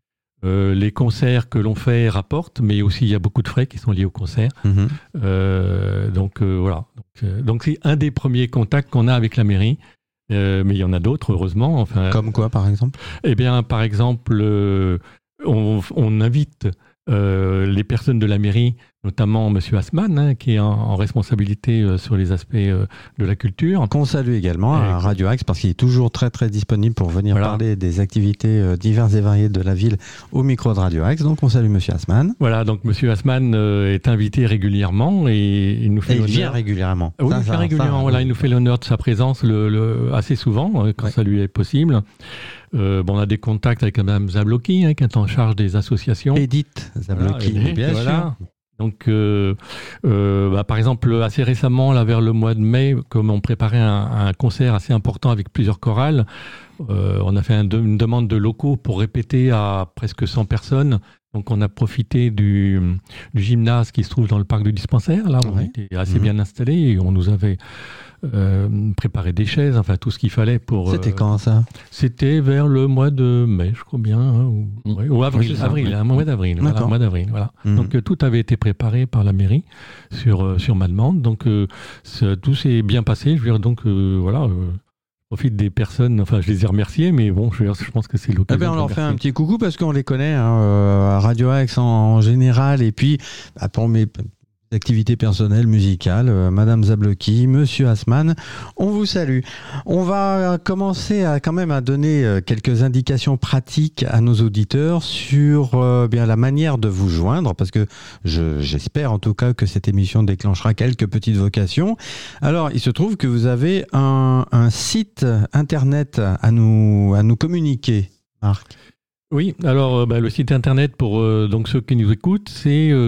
Euh, les concerts que l'on fait rapportent, mais aussi il y a beaucoup de frais qui sont liés aux concerts. Mhm. Euh, donc euh, voilà. Donc, euh, donc c'est un des premiers contacts qu'on a avec la mairie. Euh, mais il y en a d'autres, heureusement. Enfin, Comme quoi, par exemple? eh bien, par exemple, euh, on, on invite euh, les personnes de la mairie, notamment M. Assmann, hein, qui est en, en responsabilité euh, sur les aspects euh, de la culture. Qu'on salue également à Exact. Radio Axe parce qu'il est toujours très très disponible pour venir Voilà. parler des activités euh, diverses et variées de la ville au micro de Radio Axe. Donc on salue Monsieur Assmann. Voilà, donc M. Assmann euh, est invité régulièrement et il nous fait Et il l'honneur. vient régulièrement. Ah oui, Ça, il vient ça, régulièrement. ça, Voilà, oui. il nous fait l'honneur de sa présence le, le- assez souvent, euh, quand Ouais. ça lui est possible. Euh, bon, on a des contacts avec Mme Zablocki, hein, qui est en charge des associations. Edith Zablocki, Voilà, bien voilà. sûr. Donc, euh, euh, bah, par exemple, assez récemment, là, vers le mois de mai, comme on préparait un, un concert assez important avec plusieurs chorales, euh, on a fait un de- une demande de locaux pour répéter à presque cent personnes. Donc, on a profité du, du gymnase qui se trouve dans le parc du dispensaire. Là, on Ouais. était assez Mhm. bien installés et on nous avait euh, préparé des chaises, enfin tout ce qu'il fallait pour. C'était euh, quand ça? C'était vers le mois de mai, je crois bien, hein, ou, Mm. ouais, ou avril, Oui, c'est ça, avril, oui. hein, mois d'avril, voilà, D'accord. mois d'avril, voilà. Mhm. Donc euh, tout avait été préparé par la mairie sur euh, sur ma demande, donc euh, ça- tout s'est bien passé. Je veux dire, donc euh, voilà. euh, je profite des personnes, enfin je les ai remerciées, mais bon, je, veux dire, je pense que c'est Eh l'occasion. ben, on de leur fait un remercier. petit coucou parce qu'on les connaît hein, euh, à Radio Axe en, en général et puis bah, pour mes p- activités personnelles musicales, euh, Madame Zablocki, Monsieur Assmann, on vous salue. On va commencer à quand même à donner euh, quelques indications pratiques à nos auditeurs sur euh, bien la manière de vous joindre parce que je, j'espère en tout cas que cette émission déclenchera quelques petites vocations. Alors, il se trouve que vous avez un, un site internet à nous, à nous communiquer, Marc. Oui, alors euh, bah, le site internet pour euh, donc ceux qui nous écoutent, c'est euh,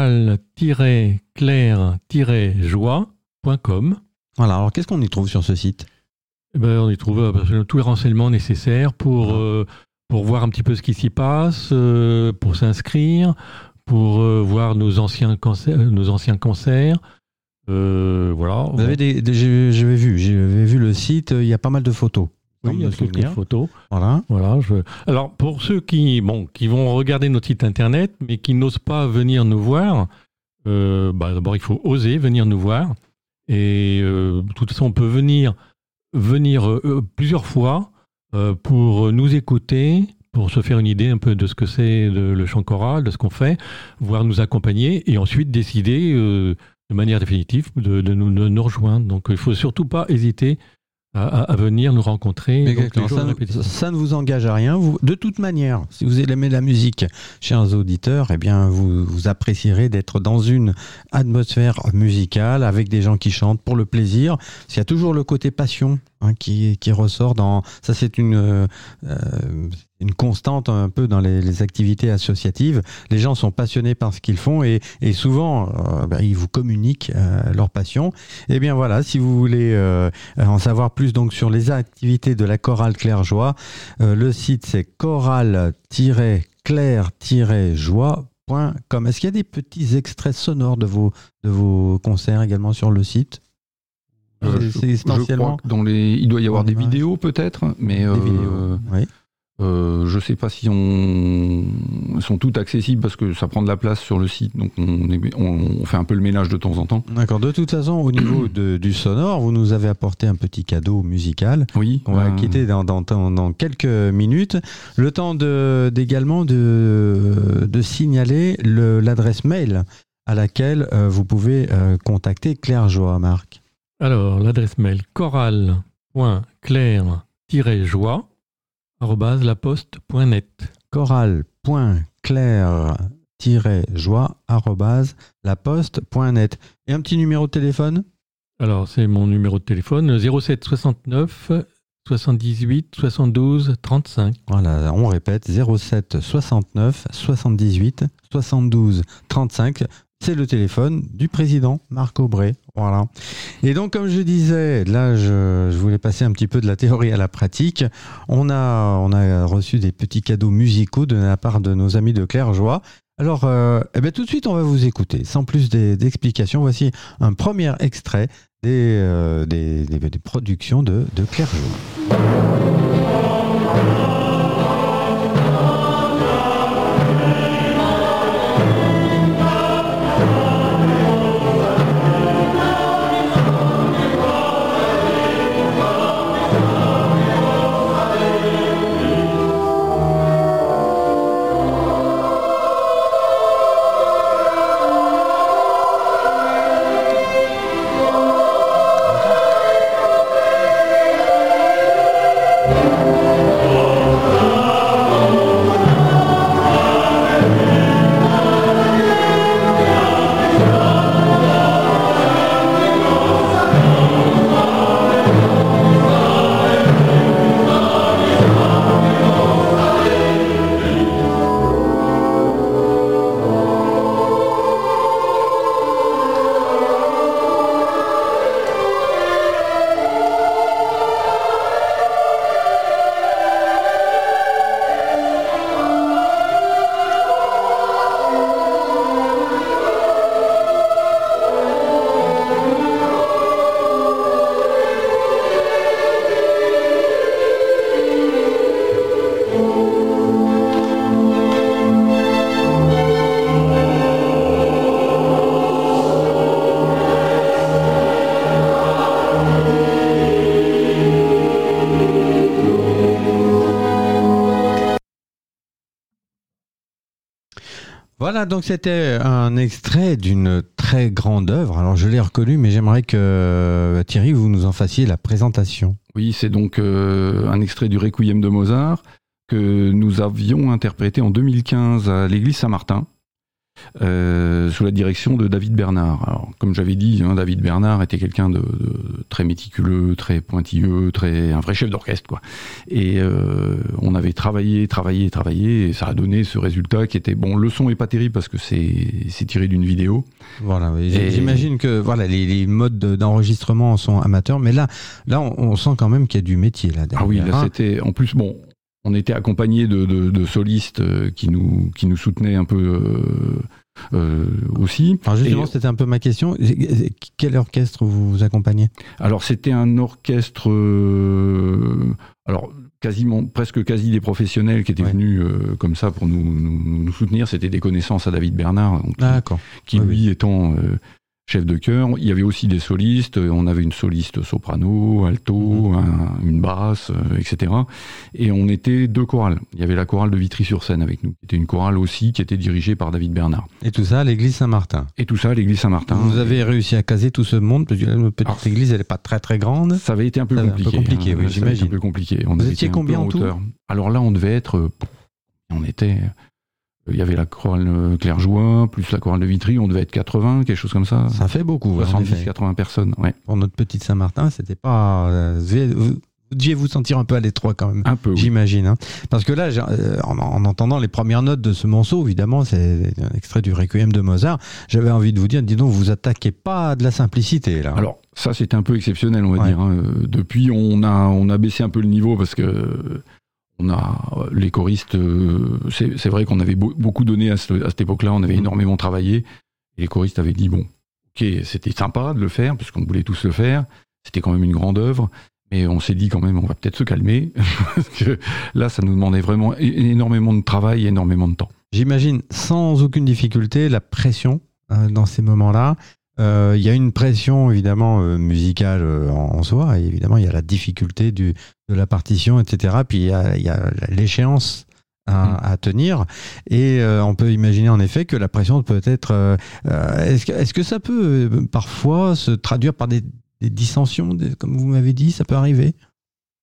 chorale-claire-joie point com. Voilà, alors qu'est-ce qu'on y trouve sur ce site? Eh ben, on y trouve euh, absolument tous les renseignements nécessaires pour, euh, pour voir un petit peu ce qui s'y passe, euh, pour s'inscrire, pour euh, voir nos anciens concerts. Nos anciens concerts. Euh, voilà. Vous avez des, des- j'ai- j'avais vu, j'avais vu le site, il y a pas mal de photos. Oui, il y a de quelques souvenirs. photos. Voilà. Voilà, je... Alors, pour ceux qui, bon, qui vont regarder notre site internet, mais qui n'osent pas venir nous voir, euh, bah, d'abord, il faut oser venir nous voir. Et euh, de toute façon, on peut venir, venir euh, plusieurs fois euh, pour nous écouter, pour se faire une idée un peu de ce que c'est de- le chant choral, de ce qu'on fait, voire nous accompagner, et ensuite décider euh, de manière définitive de, de nous, de nous rejoindre. Donc, il ne faut surtout pas hésiter à, à- à venir nous rencontrer. Donc, Exactement. les jours Ça, de ne- répétition. ça ne vous engage à rien. Vous, de toute manière, si vous aimez la musique, chers auditeurs, eh bien, vous, vous apprécierez d'être dans une atmosphère musicale avec des gens qui chantent pour le plaisir. Parce qu'il y a toujours le côté passion hein, qui, qui ressort dans. Ça, c'est une, euh, une constante un peu dans les, les activités associatives. Les gens sont passionnés par ce qu'ils font et, et souvent, euh, ben, ils vous communiquent euh, leur passion. Eh bien, voilà, si vous voulez euh, en savoir plus donc sur les activités de la chorale Claire-Joie, euh, le site c'est chorale-claire-joie point com. Est-ce qu'il y a des petits extraits sonores de vos, de vos concerts également sur le site? Euh, C'est- je- c'est essentiellement je crois que dans les, il doit y avoir en des images. vidéos peut-être, mais des euh, vidéos. Oui. euh, je sais pas si on sont toutes accessibles parce que ça prend de la place sur le site, donc on, est- on, on fait un peu le ménage de temps en temps. D'accord. De toute façon, au niveau de- du sonore, vous nous avez apporté un petit cadeau musical. Oui. On va euh, quitter dans, dans, dans, dans quelques minutes. Le temps de, d'également de, de signaler le, l'adresse mail à laquelle euh, vous pouvez euh, contacter Claire Joie, Marc. Alors, l'adresse mail chorale.claire-joie arobase laposte point net. chorale.claire-joie arobase laposte.net. Et un petit numéro de téléphone? Alors, c'est mon numéro de téléphone zéro sept soixante-neuf soixante-dix-huit, soixante-douze, trente-cinq. Voilà, on répète, zéro sept soixante-neuf, soixante-dix-huit, soixante-douze, trente-cinq. C'est le téléphone du président Marc Aubray. Voilà. Et donc, comme je disais, là, je, je voulais passer un petit peu de la théorie à la pratique. On a, on a reçu des petits cadeaux musicaux de la part de nos amis de Clairjoie. Alors, euh, eh bien, tout de suite, on va vous écouter. Sans plus d'explications, voici un premier extrait des, euh, des, des, des productions de, de Clairjoie. Voilà, donc c'était un extrait d'une très grande œuvre. Alors je l'ai reconnu, mais j'aimerais que Thierry, vous nous en fassiez la présentation. Oui, c'est donc euh, un extrait du Requiem de Mozart que nous avions interprété en deux mille quinze à l'église Saint-Martin, euh, sous la direction de David Bernard. Alors, comme j'avais dit, hein, David Bernard était quelqu'un de, de très méticuleux, très pointilleux, très un vrai chef d'orchestre, quoi. Et euh, on avait travaillé, travaillé, travaillé, et ça a donné ce résultat qui était bon. Le son est pas terrible parce que c'est c'est tiré d'une vidéo. Voilà, oui, et... j'imagine que voilà les, les modes d'enregistrement sont amateurs, mais là, là, on, on sent quand même qu'il y a du métier là derrière. Ah oui, là c'était en plus bon. On était accompagné de, de, de solistes qui nous, qui nous soutenaient un peu euh, euh, aussi. Alors justement, et, c'était un peu ma question. Quel orchestre vous accompagnez ? Alors c'était un orchestre, euh, alors quasiment, presque quasi des professionnels qui étaient ouais. venus euh, comme ça pour nous, nous, nous soutenir. C'était des connaissances à David Bernard, donc, ah, qui, qui oui, lui oui. étant... Euh, chef de chœur, il y avait aussi des solistes, on avait une soliste soprano, alto, mmh. un, une basse, euh, et cetera. Et on était deux chorales. Il y avait la chorale de Vitry-sur-Seine avec nous. C'était une chorale aussi qui était dirigée par David Bernard. Et tout ça à l'église Saint-Martin. Et tout ça à l'église Saint-Martin. Vous avez réussi à caser tout ce monde, parce que la petite Alors, église, elle n'est pas très très grande. Ça avait été un peu ça compliqué. Un peu compliqué, hein, oui, j'imagine. Un peu compliqué. On Vous étiez combien en tout ? Alors là, on devait être... On était... Il y avait la chorale Clairjoie, plus la chorale de Vitry, on devait être quatre-vingts, quelque chose comme ça. Ça fait beaucoup. soixante-dix quatre-vingts personnes, ouais. Pour notre petite Saint-Martin, c'était pas... Vous deviez vous sentir un peu à l'étroit quand même. Un peu, oui. J'imagine. Hein. Parce que là, en, en entendant les premières notes de ce morceau, évidemment, c'est un extrait du Requiem de Mozart, j'avais envie de vous dire, dis donc, vous attaquez pas de la simplicité, là. Alors, ça, c'est un peu exceptionnel, on va ouais. dire. Hein. Depuis, on a, on a baissé un peu le niveau parce que... On a les choristes, euh, c'est, c'est vrai qu'on avait beau, beaucoup donné à, ce, à cette époque-là, on avait mmh. énormément travaillé, et les choristes avaient dit, bon, ok, c'était sympa de le faire, puisqu'on voulait tous le faire, c'était quand même une grande œuvre, mais on s'est dit quand même, on va peut-être se calmer, parce que là, ça nous demandait vraiment énormément de travail et énormément de temps. J'imagine, sans aucune difficulté, la pression euh, dans ces moments-là. Il euh, y a une pression évidemment euh, musicale euh, en, en soi, et évidemment il y a la difficulté du, de la partition, et cetera. Puis il y a, y a l'échéance à, mmh. à tenir, et euh, on peut imaginer en effet que la pression peut être... Euh, est-ce que, est-ce que ça peut euh, parfois se traduire par des, des dissensions, des, comme vous m'avez dit, ça peut arriver, Marc ?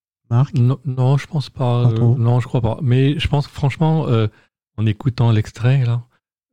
Non, non, je pense pas. pas euh, non, je crois pas. Mais je pense que franchement, euh, en écoutant l'extrait là,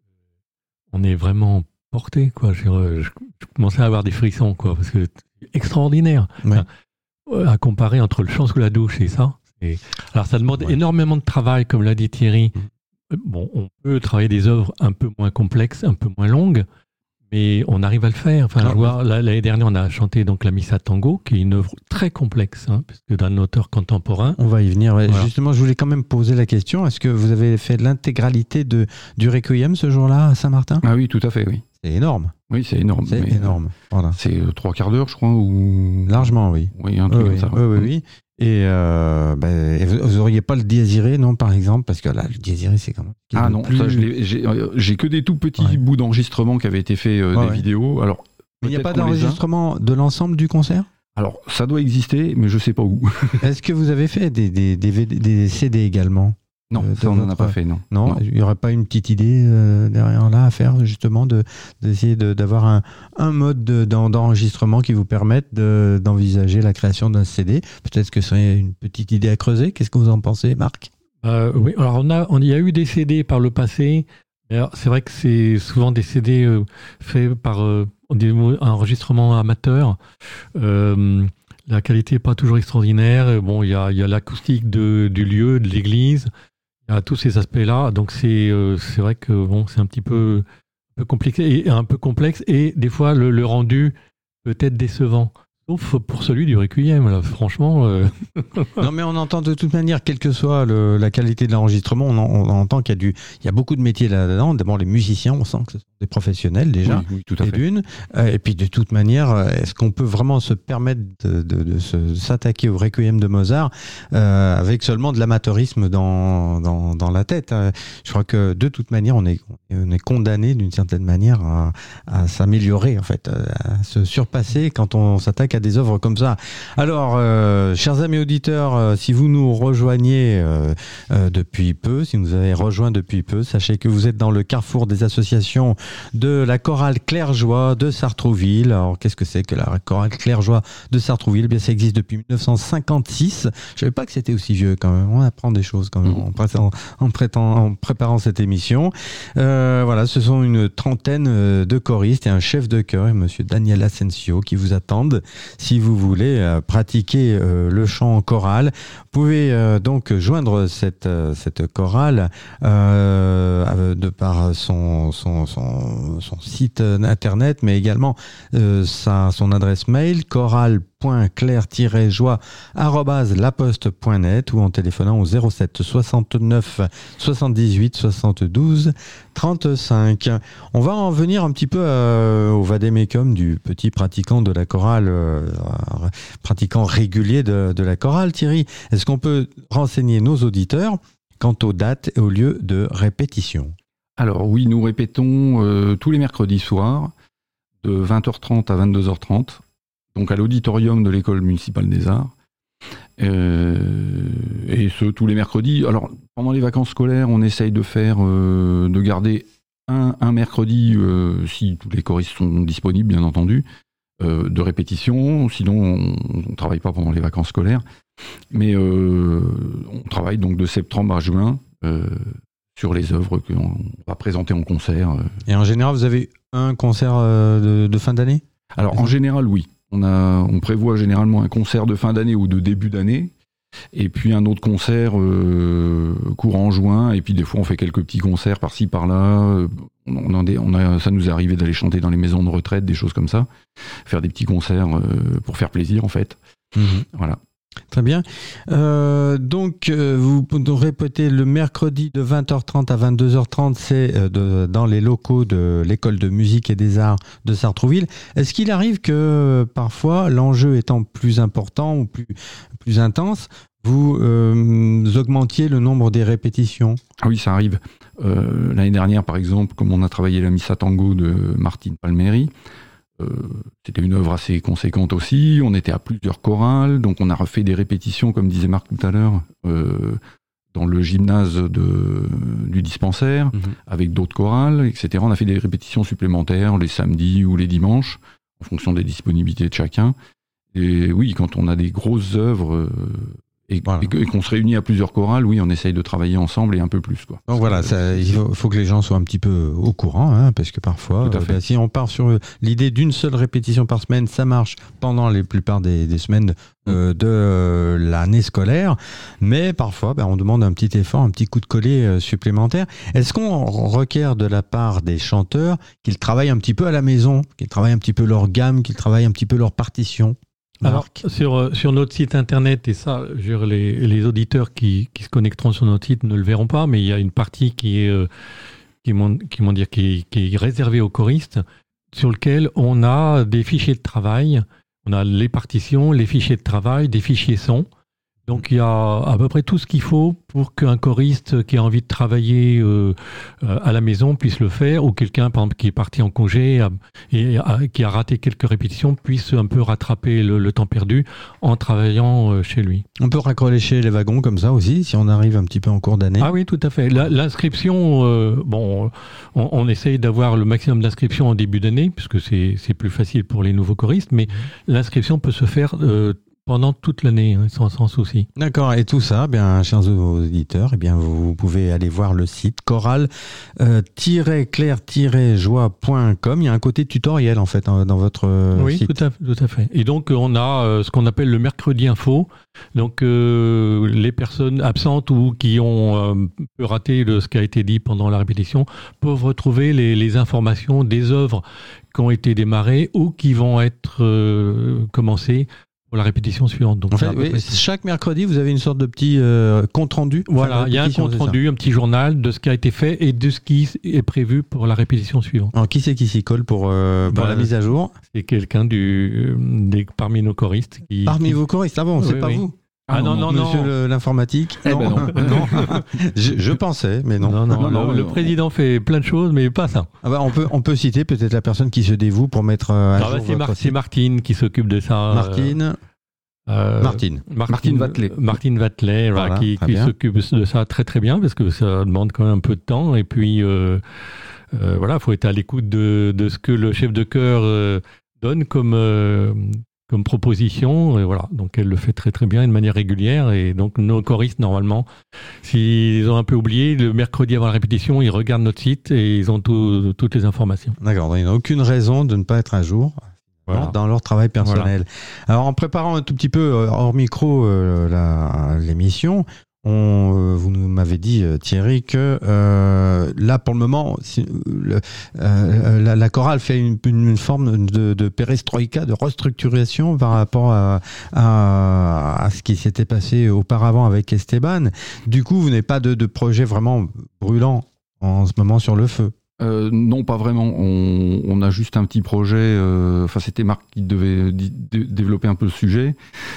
on est vraiment porté, quoi. Je, je, je commençais à avoir des frissons, quoi, parce que c'est extraordinaire. Ouais. à comparer entre le chant sous la douche et ça. Et, alors ça demande ouais. énormément de travail, comme l'a dit Thierry. Mmh. Bon, on peut travailler des œuvres un peu moins complexes, un peu moins longues, mais on arrive à le faire. Enfin, je vois, l'année dernière, on a chanté donc la Missa Tango, qui est une œuvre très complexe, hein, parce que d'un auteur contemporain. On va y venir. Ouais. Voilà. Justement, je voulais quand même poser la question. Est-ce que vous avez fait l'intégralité de, du Requiem ce jour-là à Saint-Martin ? Ah oui, tout à fait, oui. C'est énorme. Oui, c'est énorme. C'est énorme. Voilà. C'est euh, trois quarts d'heure, je crois, ou... Largement, oui. Oui, un truc oui, comme ça. Oui, oui, oui. Et, euh, ben, vous n'auriez pas le Dies Irae, non, par exemple, parce que là, le Dies Irae, c'est quand même... Ah non, plus... ça, je l'ai, j'ai, j'ai que des tout petits ouais. bouts d'enregistrement qui avaient été faits, euh, ouais, des ouais. vidéos. Alors, mais il n'y a pas d'enregistrement a... de l'ensemble du concert ? Alors, ça doit exister, mais je ne sais pas où. Est-ce que vous avez fait des, des, des, des C D également ? Non, euh, ça on n'en a pas fait, non. Non, il n'y aurait pas une petite idée euh, derrière là à faire, justement, de, d'essayer de, d'avoir un, un mode de, d'enregistrement qui vous permette de, d'envisager la création d'un C D. Peut-être que ce serait une petite idée à creuser. Qu'est-ce que vous en pensez, Marc ? euh, Oui, alors on a, on y a eu des C D par le passé. Alors, c'est vrai que c'est souvent des C D euh, faits par euh, un enregistrement amateur. Euh, la qualité n'est pas toujours extraordinaire. Bon, il y a, y a l'acoustique de, du lieu, de l'église. Il y a tous ces aspects-là, donc c'est euh, c'est vrai que bon, c'est un petit peu, un peu compliqué et un peu complexe, et des fois le, le rendu peut être décevant. Sauf pour celui du Requiem, là, franchement. Euh... non, mais on entend de toute manière, quelle que soit le, la qualité de l'enregistrement, on, en, on entend qu'il y a, du, il y a beaucoup de métiers là-dedans. D'abord, les musiciens, on sent que ce sont des professionnels déjà. Oui, oui, tout à fait. D'une. Et puis, de toute manière, est-ce qu'on peut vraiment se permettre de, de, de se, s'attaquer au Requiem de Mozart euh, avec seulement de l'amateurisme dans, dans, dans la tête ? Je crois que de toute manière, on est, on est condamné d'une certaine manière à, à s'améliorer, en fait, à se surpasser quand on s'attaque à des œuvres comme ça. Alors, euh, chers amis auditeurs, euh, si vous nous rejoignez euh, euh, depuis peu, si vous avez rejoint depuis peu, sachez que vous êtes dans le carrefour des associations de la chorale Claire-Joie de Sartrouville. Alors, qu'est-ce que c'est que la chorale Claire-Joie de Sartrouville ? Eh bien, ça existe depuis dix-neuf cent cinquante-six. Je savais pas que c'était aussi vieux quand même. On apprend des choses quand même en, en, en, prétend, en préparant cette émission. Euh, voilà, ce sont une trentaine de choristes et un chef de chœur, et monsieur Daniel Asensio, qui vous attendent. Si vous voulez euh, pratiquer euh, le chant choral, vous pouvez euh, donc joindre cette, euh, cette chorale euh, de par son, son, son, son site internet, mais également euh, sa, son adresse mail, chorale point claire tiret joie arobase laposte point net, ou en téléphonant au zéro sept soixante-neuf soixante-dix-huit soixante-douze trente-cinq. On va en venir un petit peu euh, au vadémécum du petit pratiquant de la chorale, euh, pratiquant régulier de, de la chorale. Thierry, est-ce qu'on peut renseigner nos auditeurs quant aux dates et aux lieux de répétition ? Alors oui, nous répétons euh, tous les mercredis soirs de vingt heures trente à vingt-deux heures trente, donc à l'auditorium de l'école municipale des arts, euh, et ce tous les mercredis. Alors pendant les vacances scolaires, on essaye de faire, euh, de garder un, un mercredi, euh, si tous les choristes sont disponibles bien entendu, euh, de répétition, sinon on ne travaille pas pendant les vacances scolaires, mais euh, on travaille donc de septembre à juin euh, sur les œuvres qu'on va présenter en concert. Et en général, vous avez un concert de, de fin d'année ? Alors en général, oui. On, a, on prévoit généralement un concert de fin d'année ou de début d'année, et puis un autre concert euh, courant juin, et puis des fois on fait quelques petits concerts par-ci par-là. On a, on a, ça nous est arrivé d'aller chanter dans les maisons de retraite, des choses comme ça, faire des petits concerts euh, pour faire plaisir en fait. Mmh. Voilà. Très bien. Euh, donc, euh, vous répétez le mercredi de vingt heures trente à vingt-deux heures trente, c'est euh, de, dans les locaux de l'école de musique et des arts de Sartrouville. Est-ce qu'il arrive que euh, parfois, l'enjeu étant plus important ou plus, plus intense, vous euh, augmentiez le nombre des répétitions ? Ah oui, ça arrive. Euh, l'année dernière, par exemple, comme on a travaillé la Missa Tango de Martine Palmieri, Euh, c'était une œuvre assez conséquente aussi, on était à plusieurs chorales, donc on a refait des répétitions, comme disait Marc tout à l'heure, euh, dans le gymnase de, du dispensaire, mmh. avec d'autres chorales, et cetera. On a fait des répétitions supplémentaires les samedis ou les dimanches, en fonction des disponibilités de chacun. Et oui, quand on a des grosses œuvres, euh, Et, voilà. et, et qu'on se réunit à plusieurs chorales, oui, on essaye de travailler ensemble et un peu plus, quoi. Donc voilà, ça, il faut, faut que les gens soient un petit peu au courant, hein, parce que parfois, Tout à fait. euh, bah, si on part sur l'idée d'une seule répétition par semaine, ça marche pendant la plupart des, des semaines euh, de euh, l'année scolaire, mais parfois, bah, on demande un petit effort, un petit coup de collier euh, supplémentaire. Est-ce qu'on requiert de la part des chanteurs qu'ils travaillent un petit peu à la maison, qu'ils travaillent un petit peu leur gamme, qu'ils travaillent un petit peu leur partition? Alors, sur, sur notre site internet, et ça, je veux dire, les, les auditeurs qui, qui se connecteront sur notre site ne le verront pas, mais il y a une partie qui est, euh, qui, qui, dire, qui, qui est réservée aux choristes, sur lequel on a des fichiers de travail, on a les partitions, les fichiers de travail, des fichiers son. Donc il y a à peu près tout ce qu'il faut pour qu'un choriste qui a envie de travailler euh, à la maison puisse le faire, ou quelqu'un par exemple qui est parti en congé et a, qui a raté quelques répétitions puisse un peu rattraper le, le temps perdu en travaillant euh, chez lui. On peut raccrocher les wagons comme ça aussi, si on arrive un petit peu en cours d'année. Ah oui, tout à fait. La, l'inscription, euh, bon, on, on essaye d'avoir le maximum d'inscriptions en début d'année, puisque c'est, c'est plus facile pour les nouveaux choristes, mais l'inscription peut se faire euh, pendant toute l'année, hein, sans, sans souci. D'accord, et tout ça, bien, chers auditeurs, eh bien, vous pouvez aller voir le site chorale tiret clair tiret joie point com. Il y a un côté tutoriel, en fait, dans votre oui, site. Oui, tout à, tout à fait. Et donc, on a euh, ce qu'on appelle le mercredi info. Donc, euh, les personnes absentes ou qui ont euh, peu raté le, ce qui a été dit pendant la répétition peuvent retrouver les, les informations des œuvres qui ont été démarrées ou qui vont être euh, commencées pour la répétition suivante. Donc, en fait, oui, chaque mercredi, vous avez une sorte de petit euh, compte-rendu. Voilà, il y a un compte-rendu, un petit journal de ce qui a été fait et de ce qui est prévu pour la répétition suivante. Alors, qui c'est qui s'y colle pour, euh, pour ben, la mise à jour? C'est quelqu'un du, des, parmi nos choristes. Qui, parmi qui... vos choristes, ah bon, oui, c'est pas oui. vous? Ah, ah non, non, non. Monsieur non. Le, l'informatique eh non. Ben non. non. je, je pensais, mais non. Non, non, non, le, non le non. président fait plein de choses, mais pas ça. Ah bah, on, peut, on peut citer peut-être la personne qui se dévoue pour mettre à ah jour bah, c'est, Mar- c'est Martine qui s'occupe de ça. Martine euh, Martine. Martine. Martine Vatelet. Martine Vatelet, voilà, voilà, qui, qui s'occupe de ça très très bien, parce que ça demande quand même un peu de temps. Et puis, euh, euh, voilà, il faut être à l'écoute de, de ce que le chef de chœur euh, donne comme... Euh, comme proposition, et voilà. Donc elle le fait très très bien et de manière régulière, et donc nos choristes normalement, s'ils ont un peu oublié, le mercredi avant la répétition, ils regardent notre site et ils ont tout, toutes les informations. D'accord, donc il n'y a aucune raison de ne pas être à jour voilà. dans leur travail personnel. Voilà. Alors en préparant un tout petit peu hors micro euh, la, l'émission, On, euh, vous m'avez dit, euh, Thierry, que euh, là, pour le moment, si, le, euh, la, la chorale fait une, une forme de, de perestroïka, de restructuration par rapport à, à, à ce qui s'était passé auparavant avec Esteban. Du coup, vous n'avez pas de, de projet vraiment brûlant en ce moment sur le feu? Euh, non, pas vraiment. On, on a juste un petit projet. Euh, enfin, c'était Marc qui devait d- d- développer un peu le sujet.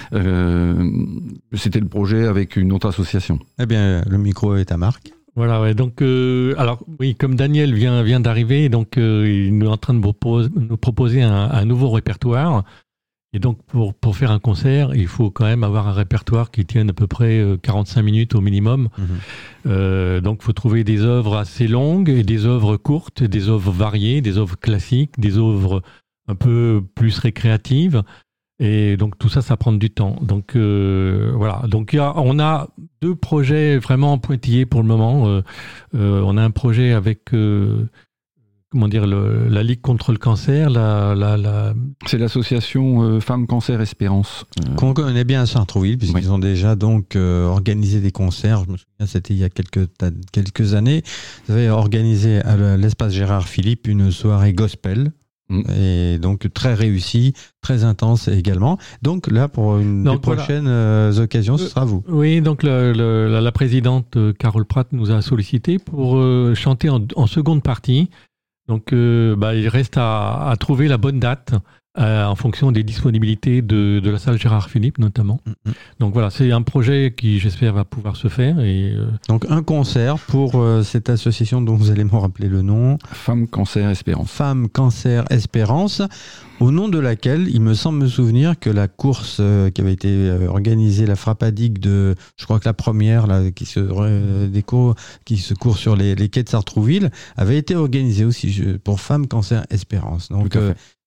Euh, c'était le projet avec une autre association. Eh bien, le micro est à Marc. Voilà, ouais. Donc, euh, alors oui, comme Daniel vient vient d'arriver, donc euh, il est en train de propose, nous proposer un, un nouveau répertoire. Et donc, pour, pour faire un concert, il faut quand même avoir un répertoire qui tienne à peu près quarante-cinq minutes au minimum. Mmh. Euh, donc, il faut trouver des œuvres assez longues et des œuvres courtes, des œuvres variées, des œuvres classiques, des œuvres un peu plus récréatives. Et donc, tout ça, ça prend du temps. Donc, euh, voilà. Donc, y a, on a deux projets vraiment pointillés pour le moment. Euh, euh, on a un projet avec... Euh, comment dire, le, la Ligue contre le cancer, la, la, la... C'est l'association euh, Femmes Cancer Espérance. Euh... Qu'on connaît bien à Sartrouville, puisqu'ils oui. ont déjà donc euh, organisé des concerts. Je me souviens, c'était il y a quelques, quelques années. Ils avaient organisé à l'espace Gérard Philippe une soirée gospel. Mmh. Et donc très réussi, très intense également. Donc là, pour une donc, des voilà. prochaines euh, occasions, ce sera vous. Oui, donc le, le, la, la présidente euh, Carole Pratt nous a sollicité pour euh, chanter en, en seconde partie. Donc, euh, bah, il reste à, à trouver la bonne date euh, en fonction des disponibilités de, de la salle Gérard Philippe, notamment. Mm-hmm. Donc voilà, c'est un projet qui, j'espère, va pouvoir se faire. Et, euh... Donc, un concert pour euh, cette association dont vous allez me rappeler le nom. Femmes Cancer Espérance. Femmes Cancer Espérance, au nom de laquelle, il me semble me souvenir que la course euh, qui avait été euh, organisée, la Frappadique de, je crois que la première, là, qui se, euh, des cours, qui se court sur les, les quais de Sartrouville, avait été organisée aussi je, pour Femmes Cancer Espérance. Donc, euh,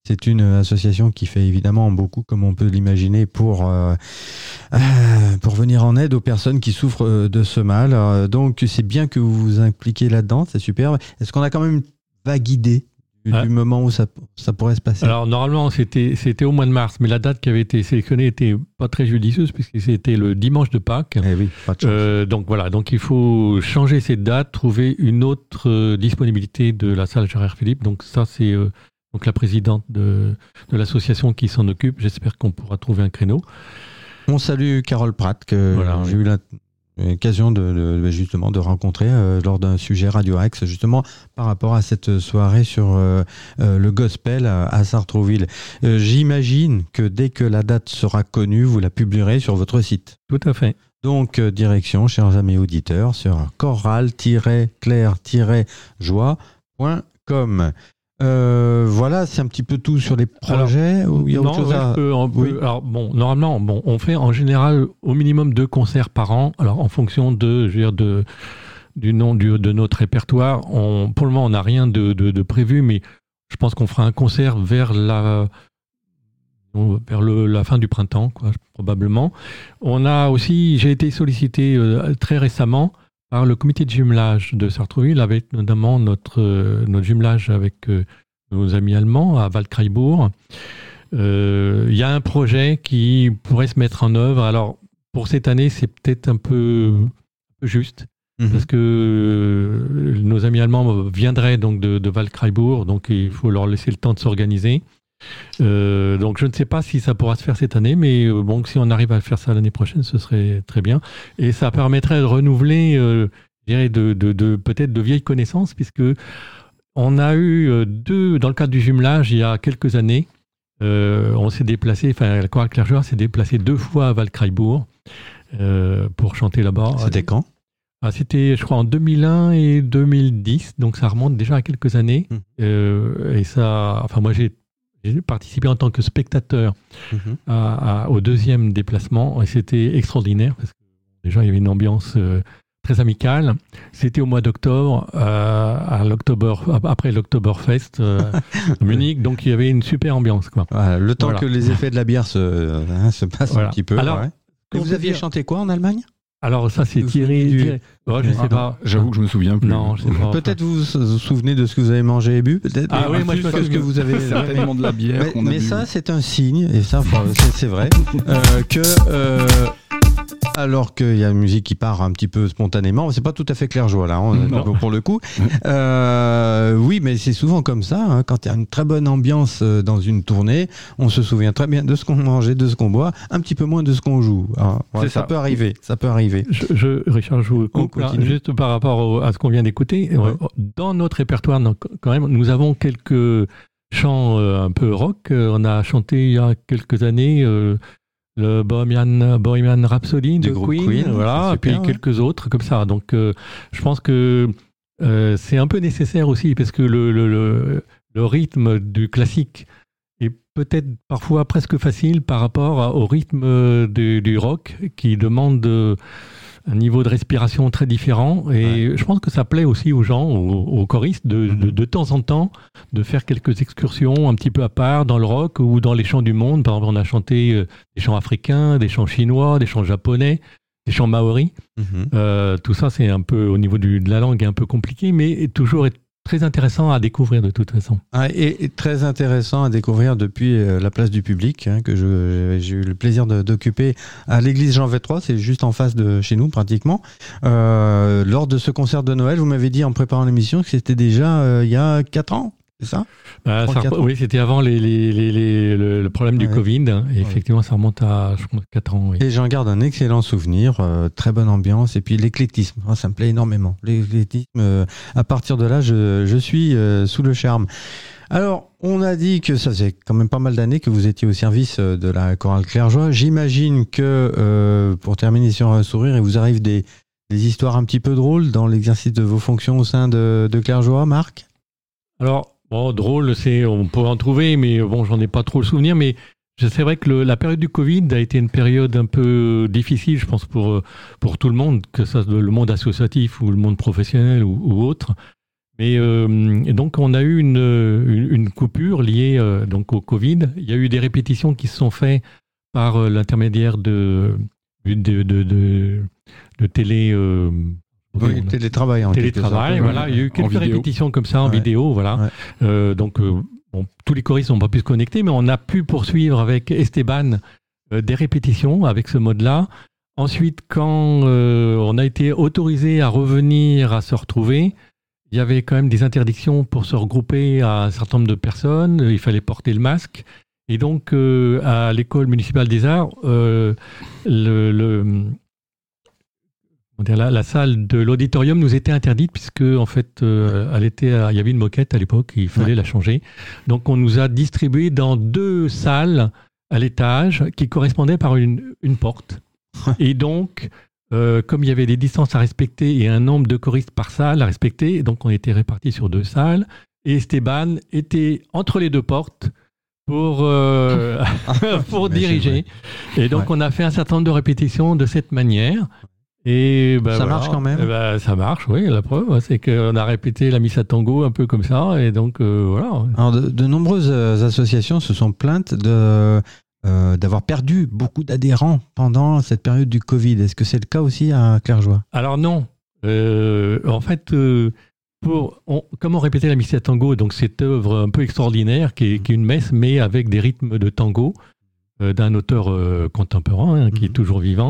C'est une association qui fait évidemment beaucoup, comme on peut l'imaginer, pour, euh, euh, pour venir en aide aux personnes qui souffrent de ce mal. Euh, donc c'est bien que vous vous impliquez là-dedans, c'est super. Est-ce qu'on a quand même une vague idée du, ah. du moment où ça, ça pourrait se passer? Alors normalement c'était, c'était au mois de mars, mais la date qui avait été sélectionnée n'était pas très judicieuse puisque c'était le dimanche de Pâques. Eh oui, pas de chance. Euh, donc voilà, donc il faut changer cette date, trouver une autre euh, disponibilité de la salle Gérard Philippe. Donc ça c'est... Euh, donc la présidente de, de l'association qui s'en occupe. J'espère qu'on pourra trouver un créneau. On salue Carole Pratt, que voilà, j'ai oui. eu l'occasion de, de, justement de rencontrer euh, lors d'un sujet Radio Axe, justement par rapport à cette soirée sur euh, euh, le gospel à, à Sartrouville. Euh, j'imagine que dès que la date sera connue, vous la publierez sur votre site. Tout à fait. Donc, euh, direction, chers amis auditeurs, sur chorale tiret clair tiret joie point com. Euh, voilà, c'est un petit peu tout sur les projets. Alors, ou il y a non, autre chose ouais, à... peut, on peut, oui. Alors bon, normalement, bon, on fait en général au minimum deux concerts par an. Alors en fonction de, je veux dire, de du nom du, de notre répertoire, on, pour le moment, on n'a rien de, de, de prévu, mais je pense qu'on fera un concert vers la vers le, la fin du printemps, quoi, probablement. On a aussi, j'ai été sollicité euh, très récemment par le comité de jumelage de Sartrouville, avec notamment notre, euh, notre jumelage avec euh, nos amis allemands à Waldkraiburg. Euh, il y a un projet qui pourrait se mettre en œuvre. Alors, pour cette année, c'est peut-être un peu, un peu juste, mmh. parce que euh, nos amis allemands viendraient donc de, de Waldkraiburg, donc il faut leur laisser le temps de s'organiser. Euh, donc je ne sais pas si ça pourra se faire cette année, mais euh, bon, si on arrive à faire ça l'année prochaine, ce serait très bien. Et ça permettrait de renouveler, euh, je dirais, de, de, de, peut-être de vieilles connaissances, puisque on a eu euh, deux, dans le cadre du jumelage, il y a quelques années, euh, on s'est déplacé, enfin la chorale Claire-Joie s'est déplacée deux fois à Waldkraiburg euh, pour chanter là-bas. C'était quand ? Ah, c'était, je crois, en deux mille un et deux mille dix, donc ça remonte déjà à quelques années. Mmh. Euh, et ça, enfin moi j'ai J'ai participé en tant que spectateur mmh. à, à, au deuxième déplacement et c'était extraordinaire parce que déjà il y avait une ambiance euh, très amicale. C'était au mois d'octobre, euh, à l'October, après l'Oktoberfest euh, à Munich, donc il y avait une super ambiance, quoi. Voilà, le temps voilà. que les effets de la bière se, hein, se passent voilà. un petit peu. Alors, ouais. Et vous aviez dire... chanté quoi en Allemagne ? Alors ça c'est Thierry, du... Thierry... Oh, je ne sais ah, pas. J'avoue que je me souviens plus. Non, je sais pas. Peut-être vous vous souvenez de ce que vous avez mangé et bu, peut-être. Ah oui, moi je pense que vous avez certainement de la bière. Mais, qu'on a mais bu. ça c'est un signe, et ça c'est, c'est vrai, euh, que euh, alors qu'il y a une musique qui part un petit peu spontanément, c'est pas tout à fait Claire-Joie là, hein, pour le coup. Euh, oui, mais c'est souvent comme ça. Hein, quand il y a une très bonne ambiance dans une tournée, on se souvient très bien de ce qu'on mangeait, de ce qu'on boit, un petit peu moins de ce qu'on joue. Alors, ouais, ça, ça peut arriver. Ça peut arriver. Je, je, Richard, je vous coupe là, juste par rapport au, à ce qu'on vient d'écouter. Ouais. Dans notre répertoire, donc, quand même, nous avons quelques chants euh, un peu rock. On a chanté il y a quelques années euh, le Bohemian, Bohemian Rhapsody de Queen, Queen, voilà, et puis ouais. quelques autres comme ça. Donc, euh, je pense que euh, c'est un peu nécessaire aussi parce que le, le, le, le rythme du classique est peut-être parfois presque facile par rapport à, au rythme du, du rock qui demande euh, un niveau de respiration très différent. Et ouais. je pense que ça plaît aussi aux gens, aux, aux choristes, de, mm-hmm. de, de temps en temps, de faire quelques excursions un petit peu à part dans le rock ou dans les chants du monde. Par exemple, on a chanté euh, des chants africains, des chants chinois, des chants japonais, des chants maoris. Mm-hmm. Euh, tout ça, c'est un peu, au niveau du, de la langue, un peu compliqué, mais toujours très intéressant à découvrir de toute façon. Ah, et, et très intéressant à découvrir depuis euh, la place du public, hein, que je, j'ai eu le plaisir de, d'occuper à l'église Jean vingt-trois, c'est juste en face de chez nous pratiquement. Euh, lors de ce concert de Noël, vous m'avez dit en préparant l'émission que c'était déjà euh, il y a quatre ans, c'est ça, bah, ça rep- Oui, c'était avant les, les, les, les, le, le problème du ouais. Covid. Hein, et ouais. effectivement, ça remonte à je crois, quatre ans. Oui. Et j'en garde un excellent souvenir, euh, très bonne ambiance. Et puis l'éclectisme, hein, ça me plaît énormément. L'éclectisme, euh, à partir de là, je, je suis euh, sous le charme. Alors, on a dit que ça faisait quand même pas mal d'années que vous étiez au service de la chorale Claire-Joie. J'imagine que, euh, pour terminer sur un sourire, il vous arrive des, des histoires un petit peu drôles dans l'exercice de vos fonctions au sein de, de Claire-Joie, Marc ? Alors, bon, drôle, c'est, on peut en trouver, mais bon, j'en ai pas trop le souvenir. Mais c'est vrai que le, la période du Covid a été une période un peu difficile, je pense, pour, pour tout le monde, que ce soit le monde associatif ou le monde professionnel ou, ou autre. Mais euh, donc on a eu une, une, une coupure liée euh, donc au Covid. Il y a eu des répétitions qui se sont faites par euh, l'intermédiaire de, de, de, de, de télé... Euh, oui, télétravail. En télétravail, voilà. Il y a eu quelques répétitions comme ça en ouais. vidéo, voilà. Ouais. Euh, donc, euh, bon, tous les choristes n'ont pas pu se connecter, mais on a pu poursuivre avec Esteban euh, des répétitions avec ce mode-là. Ensuite, quand euh, on a été autorisé à revenir, à se retrouver, il y avait quand même des interdictions pour se regrouper à un certain nombre de personnes. Il fallait porter le masque. Et donc, euh, à l'école municipale des arts, euh, le... le La, la salle de l'auditorium nous était interdite puisque en fait, euh, elle était, à, il y avait une moquette à l'époque, il fallait ouais. la changer. Donc, on nous a distribué dans deux salles à l'étage qui correspondaient par une, une porte. Et donc, euh, comme il y avait des distances à respecter et un nombre de choristes par salle à respecter, donc on était répartis sur deux salles. Et Esteban était entre les deux portes pour, euh, pour diriger. Et donc, ouais. on a fait un certain nombre de répétitions de cette manière. Et ben ça voilà. marche quand même. Ben, ça marche, oui. La preuve, c'est qu'on a répété la Missa Tango un peu comme ça, et donc euh, voilà. Alors, de, de nombreuses associations se sont plaintes de, euh, d'avoir perdu beaucoup d'adhérents pendant cette période du Covid. Est-ce que c'est le cas aussi à Clairjoie ? Alors non. Euh, en fait, euh, pour, on, comme on répétait la Missa Tango, donc cette œuvre un peu extraordinaire qui est, qui est une messe, mais avec des rythmes de tango. D'un auteur euh, contemporain hein, qui est toujours vivant.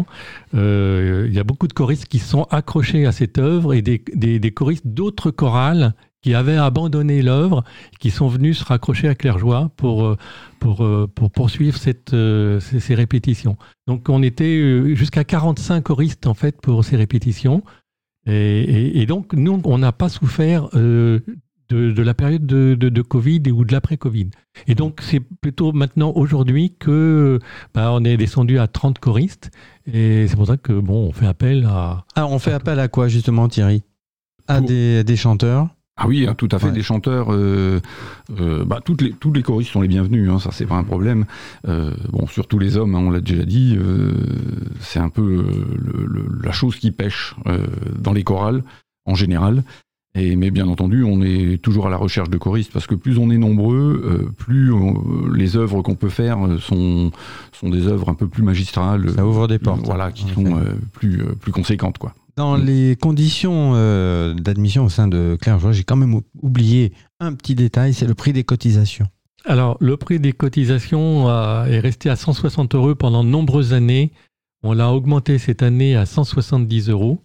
Euh, il y a beaucoup de choristes qui sont accrochés à cette œuvre et des, des, des choristes d'autres chorales qui avaient abandonné l'œuvre, qui sont venus se raccrocher à Clairjoie pour, pour, pour poursuivre cette, euh, ces, ces répétitions. Donc on était jusqu'à quarante-cinq choristes en fait pour ces répétitions. Et, et, et donc nous, on n'a pas souffert euh, De, de la période de, de, de Covid ou de l'après-Covid. Et donc, c'est plutôt maintenant, aujourd'hui, que bah, on est descendu à trente choristes. Et c'est pour ça que, bon, on fait appel à... Alors, on fait appel à quoi, justement, Thierry ? À Pour... des, des chanteurs ? Ah oui, hein, tout à fait, ouais. Des chanteurs, euh, euh, bah, toutes les, tous les choristes sont les bienvenus, hein, ça c'est pas un problème. Euh, bon, surtout les hommes, hein, on l'a déjà dit, euh, c'est un peu le, le, la chose qui pêche euh, dans les chorales, en général. Et, mais bien entendu, on est toujours à la recherche de choristes, parce que plus on est nombreux, euh, plus on, les œuvres qu'on peut faire sont, sont des œuvres un peu plus magistrales. Ça ouvre des portes. Euh, voilà, qui sont euh, plus, euh, plus conséquentes, quoi. Dans les conditions euh, d'admission au sein de Clairjoie, j'ai quand même oublié un petit détail, c'est le prix des cotisations. Alors, le prix des cotisations a, est resté à cent soixante euros pendant de nombreuses années. On l'a augmenté cette année à cent soixante-dix euros.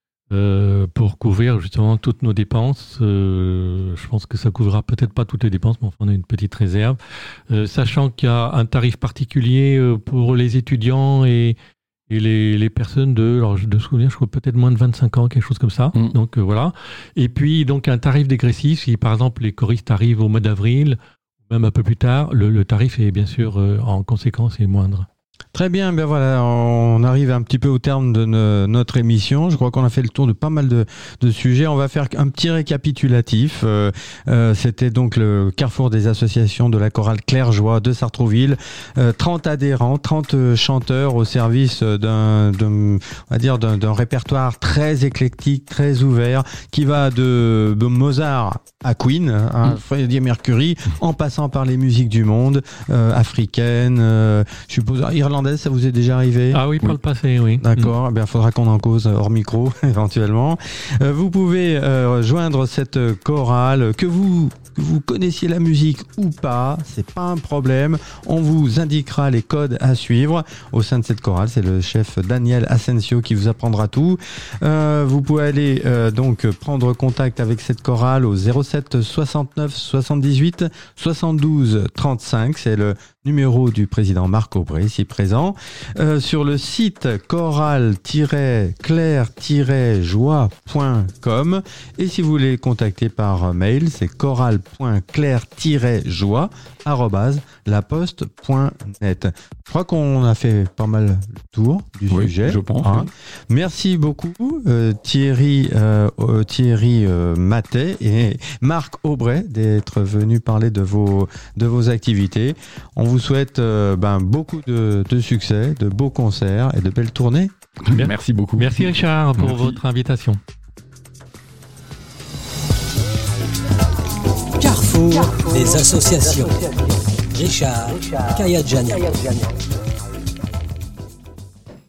Euh, pour couvrir justement toutes nos dépenses. Euh, je pense que ça couvrira peut-être pas toutes les dépenses, mais enfin on a une petite réserve. Euh, sachant qu'il y a un tarif particulier pour les étudiants et, et les, les personnes de, alors de souvenir, je crois peut-être moins de vingt-cinq ans, quelque chose comme ça. Mmh. Donc euh, voilà. Et puis donc un tarif dégressif, si par exemple les choristes arrivent au mois d'avril, même un peu plus tard, le, le tarif est bien sûr euh, en conséquence est moindre. Très bien, ben voilà, on arrive un petit peu au terme de ne, notre émission. Je crois qu'on a fait le tour de pas mal de, de sujets. On va faire un petit récapitulatif. Euh, euh, c'était donc le carrefour des associations de la chorale Clairjoie de Sartrouville. Euh, trente adhérents, trente chanteurs au service d'un, d'un, on va dire d'un, d'un répertoire très éclectique, très ouvert, qui va de, de Mozart à Queen, hein, Freddie Mercury, en passant par les musiques du monde, euh, africaines, euh, je suppose irlandaise, ça vous est déjà arrivé ? Ah oui, par oui. le passé, oui. D'accord, mm. eh bien, il faudra qu'on en cause hors micro, éventuellement. Euh, vous pouvez euh, joindre cette chorale, que vous, que vous connaissiez la musique ou pas, c'est pas un problème. On vous indiquera les codes à suivre au sein de cette chorale. C'est le chef Daniel Asensio qui vous apprendra tout. Euh, vous pouvez aller euh, donc prendre contact avec cette chorale au zéro sept soixante-neuf soixante-dix-huit soixante-douze trente-cinq. C'est le numéro du président Marc Aubray, ici présent. Euh, sur le site chorale tiret clair tiret joie point com. Et si vous voulez contacter par mail, c'est chorale point clair tiret joie arobase laposte point net. Je crois qu'on a fait pas mal le tour du oui, sujet. Je pense. Hein. Oui. Merci beaucoup euh, Thierry, euh, euh, Thierry euh, Matet et Marc Aubray d'être venus parler de vos, de vos activités. On vous souhaite euh, ben, beaucoup de, de succès, de beaux concerts et de belles tournées. Merci beaucoup. Merci Richard pour Merci. votre invitation. Carrefour des associations. Richard Kayadjani.